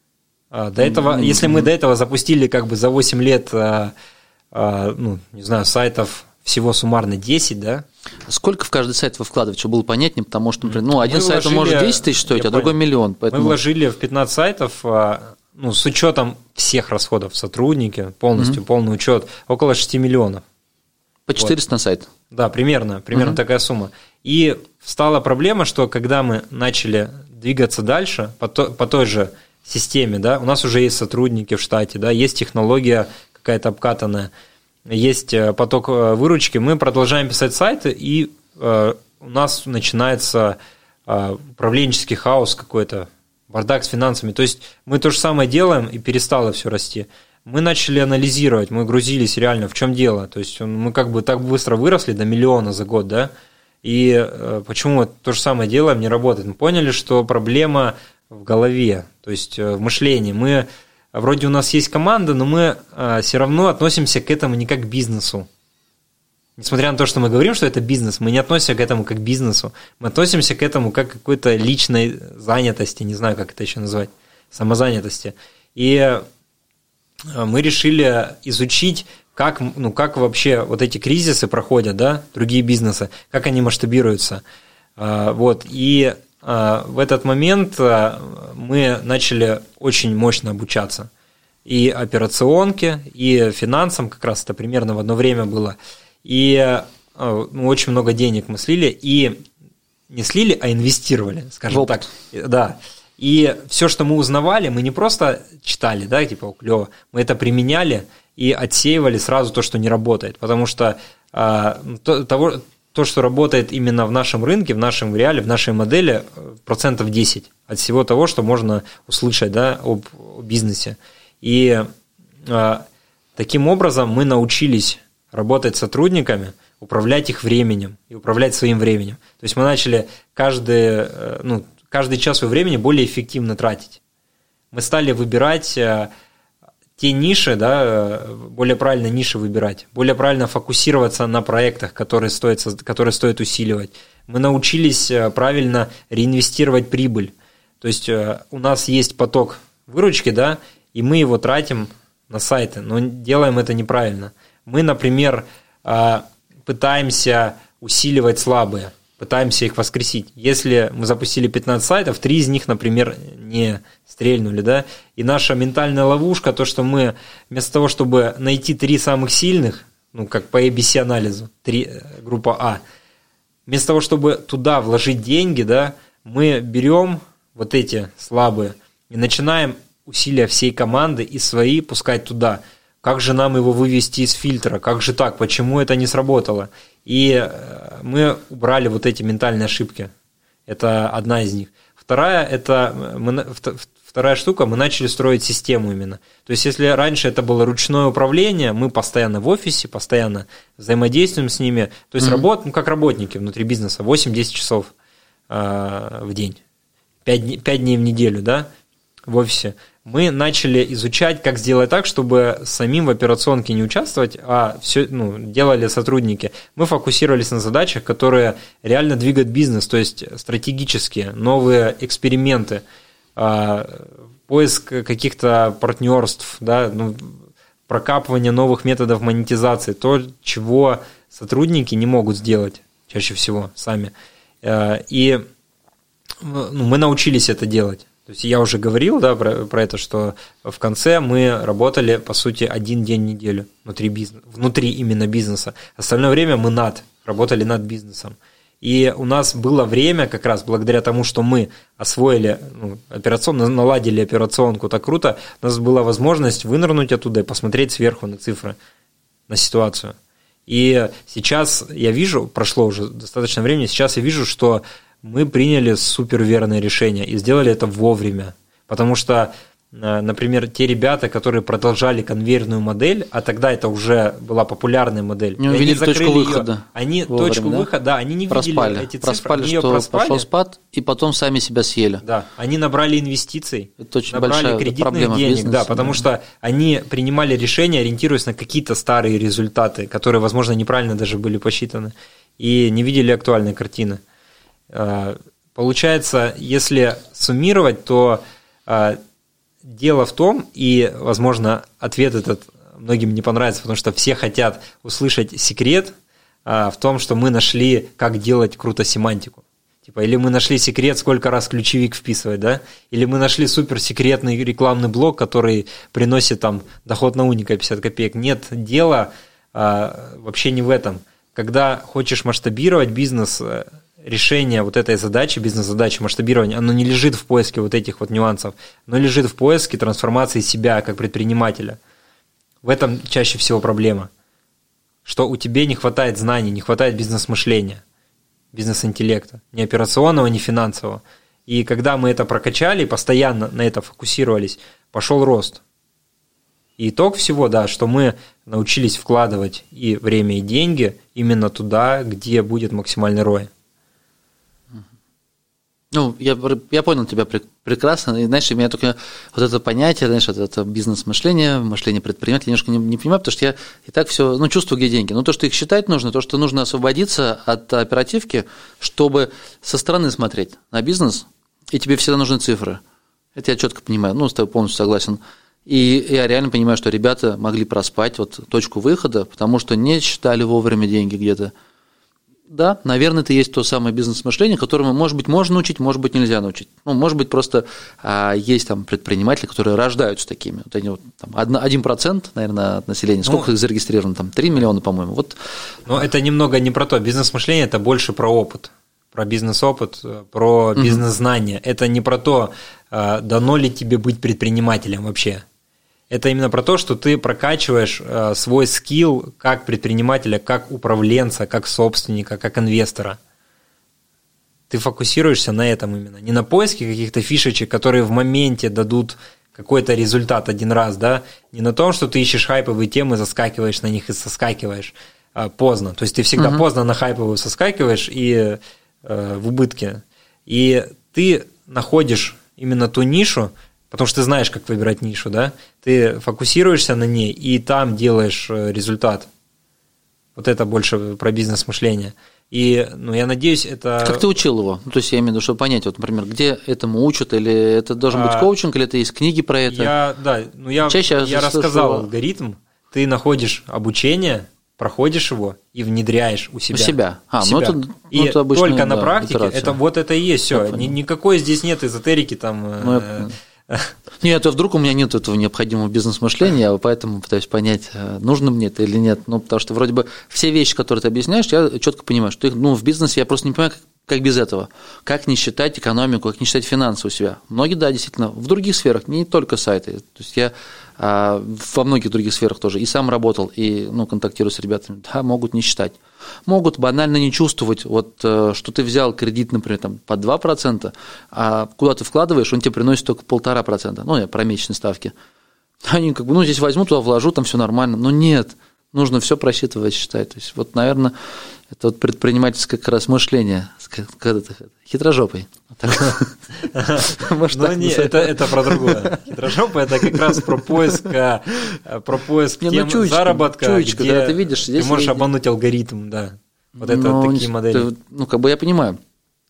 До этого, mm-hmm. Если мы до этого запустили как бы за восемь лет... ну, не знаю, сайтов всего суммарно десять, да? Сколько в каждый сайт вы вкладываете, чтобы было понятнее, потому что, например, ну, один мы сайт вложили, может десять тысяч стоить, а другой миллион. Поэтому... Мы вложили в пятнадцать сайтов, ну, с учетом всех расходов, сотрудники, полностью, mm-hmm. полный учет, около шести миллионов. По четыреста вот. На сайт? Да, примерно, примерно mm-hmm. такая сумма. И стала проблема, что когда мы начали двигаться дальше по, то, по той же системе, да, у нас уже есть сотрудники в штате, да, есть технология какая-то обкатанная, есть поток выручки, мы продолжаем писать сайты, и э, у нас начинается э, управленческий хаос какой-то, бардак с финансами. То есть мы то же самое делаем, и перестало все расти. Мы начали анализировать, мы грузились реально, в чем дело. То есть мы как бы так быстро выросли до миллиона за год, да, и э, почему то же самое делаем, не работает. Мы поняли, что проблема в голове, то есть в мышлении. Мы Вроде у нас есть команда, но мы а, все равно относимся к этому не как к бизнесу. Несмотря на то, что мы говорим, что это бизнес, мы не относимся к этому как к бизнесу. Мы относимся к этому как к какой-то личной занятости, не знаю, как это еще назвать, самозанятости. И мы решили изучить, как, ну, как вообще вот эти кризисы проходят, да, другие бизнесы, как они масштабируются. Вот. И в этот момент мы начали очень мощно обучаться. И операционке, и финансам, как раз это примерно в одно время было. И ну, очень много денег мы слили, и не слили, а инвестировали, скажем так. Да. И все, что мы узнавали, мы не просто читали, да, типа, клево, мы это применяли и отсеивали сразу то, что не работает. Потому что а, то, того, то, что работает именно в нашем рынке, в нашем реале, в нашей модели, процентов десять от всего того, что можно услышать, да, об, об бизнесе. И а, таким образом мы научились работать с сотрудниками, управлять их временем и управлять своим временем. То есть мы начали каждый, ну, каждый час своего времени более эффективно тратить. Мы стали выбирать те ниши, да, более правильно ниши выбирать, более правильно фокусироваться на проектах, которые стоит, которые стоит усиливать. Мы научились правильно реинвестировать прибыль. То есть у нас есть поток выручки, да, и мы его тратим на сайты, но делаем это неправильно. Мы, например, пытаемся усиливать слабые, пытаемся их воскресить. Если мы запустили пятнадцать сайтов, три из них, например, не стрельнули, да, и наша ментальная ловушка, то, что мы вместо того, чтобы найти три самых сильных, ну, как по эй би си-анализу, три, группа А, вместо того, чтобы туда вложить деньги, да, мы берем вот эти слабые и начинаем усилия всей команды и свои пускать туда. Как же нам его вывести из фильтра? Как же так? Почему это не сработало? И мы убрали вот эти ментальные ошибки. Это одна из них. Вторая, это мы, вторая штука, мы начали строить систему именно. То есть, если раньше это было ручное управление, мы постоянно в офисе, постоянно взаимодействуем с ними. То есть, mm-hmm. работаем, ну, как работники внутри бизнеса, восемь-десять часов э, в день, пять, пять дней в неделю, да, в офисе. Мы начали изучать, как сделать так, чтобы самим в операционке не участвовать, а все, ну, делали сотрудники. Мы фокусировались на задачах, которые реально двигают бизнес, то есть стратегические, новые эксперименты, поиск каких-то партнерств, да, ну, прокапывание новых методов монетизации, то, чего сотрудники не могут сделать чаще всего сами. И ну, мы научились это делать. То есть я уже говорил, да, про, про это, что в конце мы работали, по сути, один день в неделю внутри бизнеса, внутри именно бизнеса. Остальное время мы над, работали над бизнесом. И у нас было время, как раз благодаря тому, что мы освоили ну, операционно, наладили операционку так круто, у нас была возможность вынырнуть оттуда и посмотреть сверху на цифры, на ситуацию. И сейчас я вижу, прошло уже достаточно времени, сейчас я вижу, что мы приняли суперверное решение и сделали это вовремя. Потому что, например, те ребята, которые продолжали конвейерную модель, а тогда это уже была популярная модель, не увидели точку выхода. Ее, они вовремя, точку да? выхода, да, они не проспали. видели эти цифры. Проспали, они что проспали. Пошел спад, и потом сами себя съели. Да, они набрали инвестиций, это очень набрали большая кредитных проблема денег, бизнеса, да, потому да. что они принимали решения, ориентируясь на какие-то старые результаты, которые, возможно, неправильно даже были посчитаны, и не видели актуальной картины. Получается, если суммировать, то э, дело в том, и, возможно, ответ этот многим не понравится, потому что все хотят услышать секрет э, в том, что мы нашли, как делать круто семантику. Типа, или мы нашли секрет, сколько раз ключевик вписывать, да? Или мы нашли суперсекретный рекламный блок, который приносит там доход на уника пятьдесят копеек. Нет, дело э, вообще не в этом. Когда хочешь масштабировать бизнес, решение вот этой задачи, бизнес-задачи, масштабирования, оно не лежит в поиске вот этих вот нюансов, оно лежит в поиске трансформации себя как предпринимателя. В этом чаще всего проблема, что у тебя не хватает знаний, не хватает бизнес-мышления, бизнес-интеллекта, ни операционного, ни финансового. И когда мы это прокачали, постоянно на это фокусировались, пошел рост. И итог всего, да, что мы научились вкладывать и время, и деньги именно туда, где будет максимальный рой. Ну, я, я понял тебя прекрасно, и, знаешь, у меня только вот это понятие, знаешь, это, это бизнес-мышление, мышление предпринимателя, немножко не, не понимаю, потому что я и так все, ну, чувствую, где деньги. Но то, что их считать нужно, то, что нужно освободиться от оперативки, чтобы со стороны смотреть на бизнес, и тебе всегда нужны цифры. Это я четко понимаю, ну, с тобой полностью согласен. И я реально понимаю, что ребята могли проспать вот точку выхода, потому что не считали вовремя деньги где-то. Да, наверное, это и есть то самое бизнес-мышление, которому, может быть, можно научить, может быть, нельзя научить. Ну, может быть, просто а, есть там предприниматели, которые рождаются такими. Вот они вот, там, один процент, наверное, от населения. Сколько ну, их зарегистрировано? Там три миллиона, по-моему. Вот. Но это немного не про то. Бизнес-мышление – это больше про опыт. Про бизнес-опыт, про бизнес-знания. Mm-hmm. Это не про то, дано ли тебе быть предпринимателем вообще. Это именно про то, что ты прокачиваешь э, свой скилл как предпринимателя, как управленца, как собственника, как инвестора. Ты фокусируешься на этом именно. Не на поиске каких-то фишечек, которые в моменте дадут какой-то результат один раз, да? Не на том, что ты ищешь хайповые темы, заскакиваешь на них и соскакиваешь э, поздно. То есть ты всегда uh-huh. поздно на хайповую соскакиваешь и э, в убытке. И ты находишь именно ту нишу, потому что ты знаешь, как выбирать нишу, да? Ты фокусируешься на ней и там делаешь результат. Вот это больше про бизнес-мышление. И, ну, я надеюсь, это... Как ты учил его? Ну, то есть я имею в виду, чтобы понять, вот, например, где этому учат, или это должен быть а, коучинг, или это есть книги про это? Я, да, ну я, Чаще я рассказал слышу... алгоритм. Ты находишь обучение, проходишь его и внедряешь у себя. У себя. А, себя. Ну, это, ну, и это обычная, только на да, практике итерация. Это вот это и есть все. Никакой здесь нет эзотерики там. Ну, я... Нет, а вдруг у меня нет этого необходимого бизнес-мышления, я поэтому пытаюсь понять, нужно мне это или нет. Ну, потому что вроде бы все вещи, которые ты объясняешь, я четко понимаю, что их, ну, в бизнесе я просто не понимаю, как, как без этого. Как не считать экономику, как не считать финансы у себя. Многие, да, действительно, в других сферах, не только сайты. То есть я а, во многих других сферах тоже и сам работал, и, ну, контактирую с ребятами, да, могут не считать. Могут банально не чувствовать, вот, что ты взял кредит, например, там, по два процента, а куда ты вкладываешь, он тебе приносит только полтора процента, ну, я про месячные ставки. Они как бы, ну, здесь возьму, туда вложу, там все нормально. Но нет, нужно все просчитывать, считать. То есть, вот, наверное, это вот предпринимательское как раз мышление, хитрожопый. Ну, не, это про другое. Хитрожопый – это как раз про поиск про поиск тем заработка, где ты можешь обмануть алгоритм, да. Вот это вот такие модели. Ну, как бы я понимаю,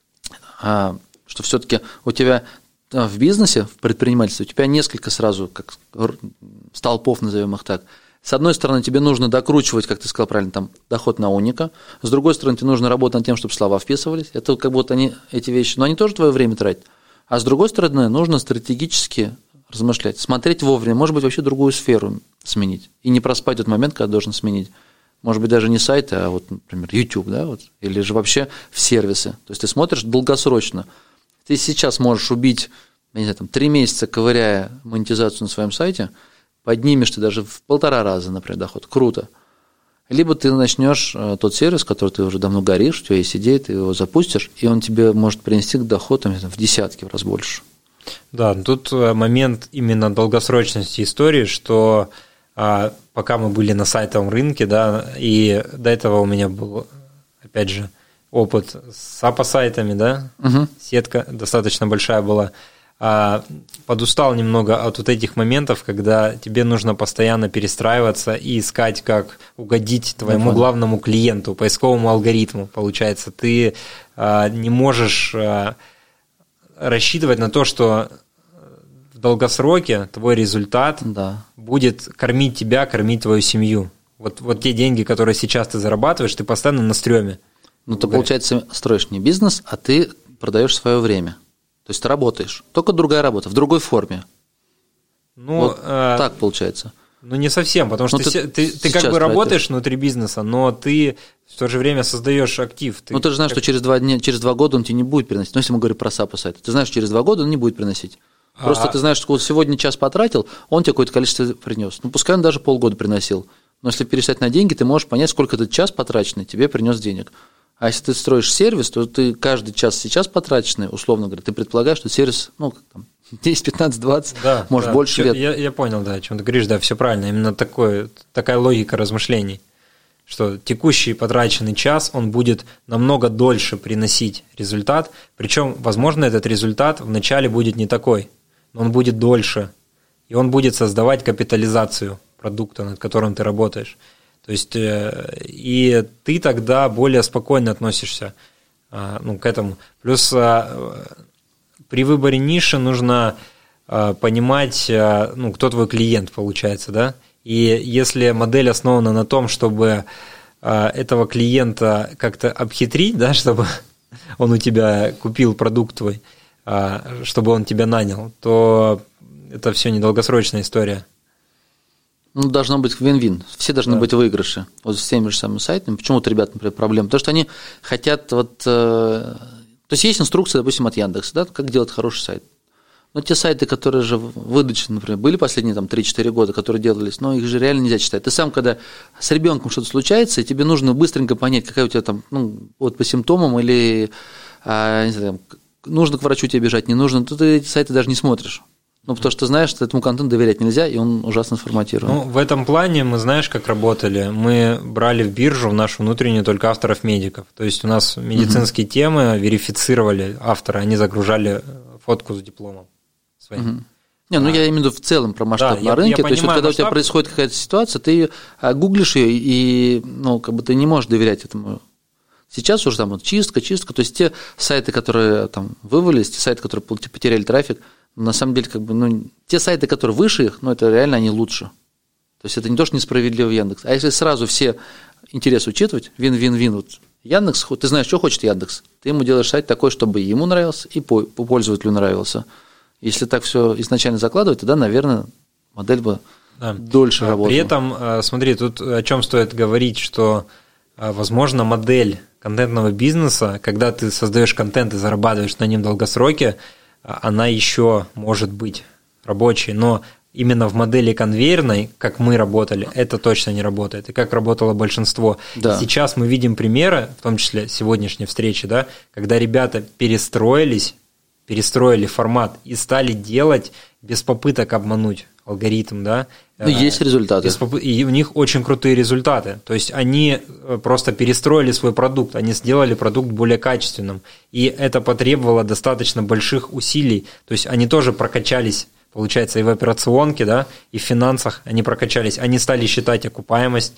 что все-таки у тебя в бизнесе, в предпринимательстве, у тебя несколько сразу как столпов, назовем их так. С одной стороны, тебе нужно докручивать, как ты сказал правильно, там, доход на уника. С другой стороны, тебе нужно работать над тем, чтобы слова вписывались. Это как будто они, эти вещи, но они тоже твое время тратят. А с другой стороны, нужно стратегически размышлять, смотреть вовремя, может быть, вообще другую сферу сменить. И не проспать тот момент, когда должен сменить. Может быть, даже не сайты, а вот, например, YouTube, да, вот, или же вообще в сервисы. То есть ты смотришь долгосрочно. Ты сейчас можешь убить, я не знаю, там, три месяца, ковыряя монетизацию на своем сайте, поднимешь ты даже в полтора раза, например, доход. Круто. Либо ты начнешь тот сервис, который ты уже давно горишь, у тебя есть идея, ты его запустишь, и он тебе может принести доход там, в десятки в раз больше. Да, тут момент именно долгосрочности истории, что а, пока мы были на сайтовом рынке, да, и до этого у меня был, опять же, опыт с апа-сайтами, да, угу. Сетка достаточно большая была. Подустал немного от вот этих моментов, когда тебе нужно постоянно перестраиваться и искать, как угодить твоему главному клиенту, поисковому алгоритму. Получается, ты не можешь рассчитывать на то, что в долгосроке твой результат да. будет кормить тебя, кормить твою семью. Вот, вот те деньги, которые сейчас ты зарабатываешь, ты постоянно на стреме. Ну, ты, получается, строишь не бизнес, а ты продаешь свое время. То есть ты работаешь, только другая работа, в другой форме. Ну, вот э, так получается. Ну, не совсем, потому что ты, ты, ты как бы работаешь это. внутри бизнеса, но ты в то же время создаешь актив. Ты ну, ты же знаешь, как... что через два, дня, через два года он тебе не будет приносить. Ну, если мы говорим про сапа сайт, ты знаешь, через два года он не будет приносить. Просто а, ты знаешь, что вот сегодня час потратил, он тебе какое-то количество принес. Ну, пускай он даже полгода приносил. Но если пересчитать на деньги, ты можешь понять, сколько этот час потраченный тебе принес денег. А если ты строишь сервис, то ты каждый час сейчас потраченный, условно говоря, ты предполагаешь, что сервис, ну, там, десять, пятнадцать, двадцать, да, может, да, больше лет. Я, я понял, да, о чем ты говоришь, да, все правильно. Именно такой, такая логика размышлений, что текущий потраченный час, он будет намного дольше приносить результат, причем, возможно, этот результат вначале будет не такой, но он будет дольше, и он будет создавать капитализацию продукта, над которым ты работаешь. То есть, и ты тогда более спокойно относишься ну, к этому. Плюс при выборе ниши нужно понимать, ну, кто твой клиент, получается, да? И если модель основана на том, чтобы этого клиента как-то обхитрить, да, чтобы он у тебя купил продукт твой, чтобы он тебя нанял, то это все недолгосрочная история. Ну, должно быть вин-вин. Все должны да. быть выигрыши. Вот с теми же самыми сайтами. Почему вот ребят, например, проблема? Потому что они хотят вот... Э, то есть есть инструкция, допустим, от Яндекса, да, как делать хороший сайт. Но те сайты, которые же выдачи, например, были последние там, три-четыре года, которые делались, но их же реально нельзя читать. Ты сам, когда с ребенком что-то случается, и тебе нужно быстренько понять, какая у тебя там, ну, вот по симптомам, или а, не знаю, нужно к врачу тебе бежать, не нужно, то ты эти сайты даже не смотришь. Ну, потому что ты знаешь, что этому контенту доверять нельзя, и он ужасно сформатирован. Ну, в этом плане мы, знаешь, как работали? Мы брали в биржу, в нашу внутреннюю, только авторов-медиков. То есть у нас медицинские угу. темы верифицировали авторы, они загружали фотку с дипломом своим. Угу. Не, ну а. я имею в виду в целом про масштаб да, на я, рынке. Я То есть, вот, когда масштаб... у тебя происходит какая-то ситуация, ты гуглишь ее, и ну, как бы ты не можешь доверять этому. Сейчас уже там вот чистка, чистка. То есть те сайты, которые там вывалились, те сайты, которые потеряли трафик, на самом деле, как бы, ну, те сайты, которые выше их, ну, это реально они лучше. То есть это не то, что несправедливо Яндекс. А если сразу все интересы учитывать, вин-вин-вин, вот Яндекс, ты знаешь, что хочет Яндекс, ты ему делаешь сайт такой, чтобы ему нравился и по пользователю нравился. Если так все изначально закладывать, тогда, наверное, модель бы да. дольше а, работала. При этом, смотри, тут о чем стоит говорить, что, возможно, модель контентного бизнеса, когда ты создаешь контент и зарабатываешь на нем в долгосроке, она еще может быть рабочей, но именно в модели конвейерной, как мы работали, это точно не работает, и как работало большинство. Да. Сейчас мы видим примеры, в том числе сегодняшней встречи, да, когда ребята перестроились, перестроили формат и стали делать без попыток обмануть алгоритм, да. Ну, есть результаты. И у них очень крутые результаты. То есть они просто перестроили свой продукт, они сделали продукт более качественным. И это потребовало достаточно больших усилий. То есть они тоже прокачались, получается, и в операционке, да, и в финансах они прокачались. Они стали считать окупаемость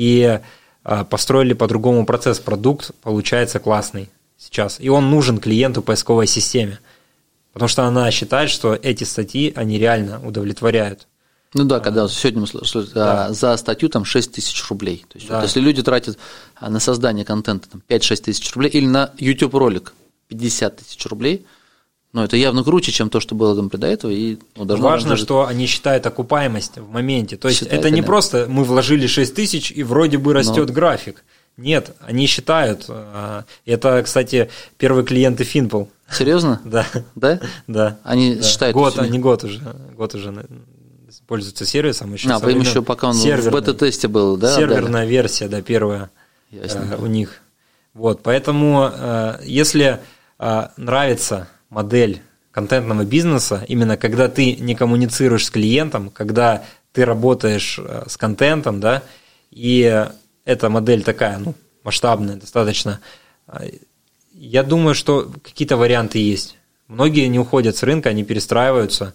и построили по-другому процесс. Продукт получается классный сейчас. И он нужен клиенту поисковой системе. Потому что она считает, что эти статьи, они реально удовлетворяют. Ну да, когда сегодня мы слышали, да. за статью там шесть тысяч рублей. То есть, да. вот, если люди тратят на создание контента там, пять-шесть тысяч рублей или на YouTube-ролик пятьдесят тысяч рублей, ну это явно круче, чем то, что было там до этого. И, ну, важно, даже... что они считают окупаемость в моменте. То есть считают, это не конечно. Просто мы вложили шесть тысяч и вроде бы растет Но... график. Нет, они считают. Это, кстати, первые клиенты Finpal. Серьезно? Да. Да? Да. Они да. считают. Год, они год уже, год уже пользуются сервисом. Еще а, им еще пока он серверный, в бета-тесте был, да? Серверная да. версия, да, первая э, у них. Вот, поэтому, э, если э, нравится модель контентного бизнеса, именно когда ты не коммуницируешь с клиентом, когда ты работаешь э, с контентом, да, и эта модель такая, ну, масштабная достаточно, э, я думаю, что какие-то варианты есть. Многие не уходят с рынка, они перестраиваются,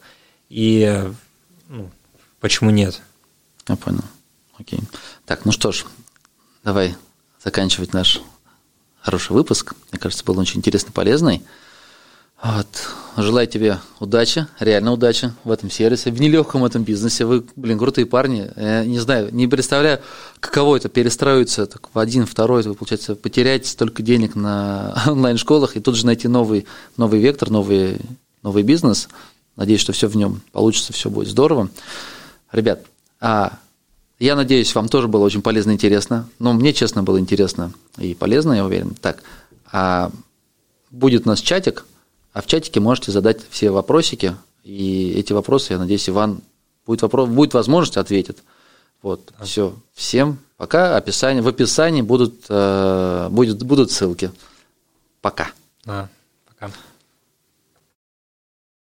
и ну, почему нет? Я понял. Окей. Так, ну что ж, давай заканчивать наш хороший выпуск. Мне кажется, был очень интересный, полезный. Вот. Желаю тебе удачи, реально удачи в этом сервисе, в нелегком этом бизнесе. Вы, блин, крутые парни. Я не знаю, не представляю, каково это перестраиваться так, в один, второй, получается, потерять столько денег на онлайн-школах и тут же найти новый, новый вектор, новый, новый бизнес. Надеюсь, что все в нем получится, все будет здорово. Ребят, а я надеюсь, вам тоже было очень полезно и интересно. Но мне, честно, было интересно и полезно, я уверен. Так, а будет у нас чатик, а в чатике можете задать все вопросики, и эти вопросы, я надеюсь, Иван будет, вопрос, будет возможность, ответит. Вот, да. Все. Всем пока. Описание, в описании будут, э, будет, будут ссылки. Пока. Да, пока.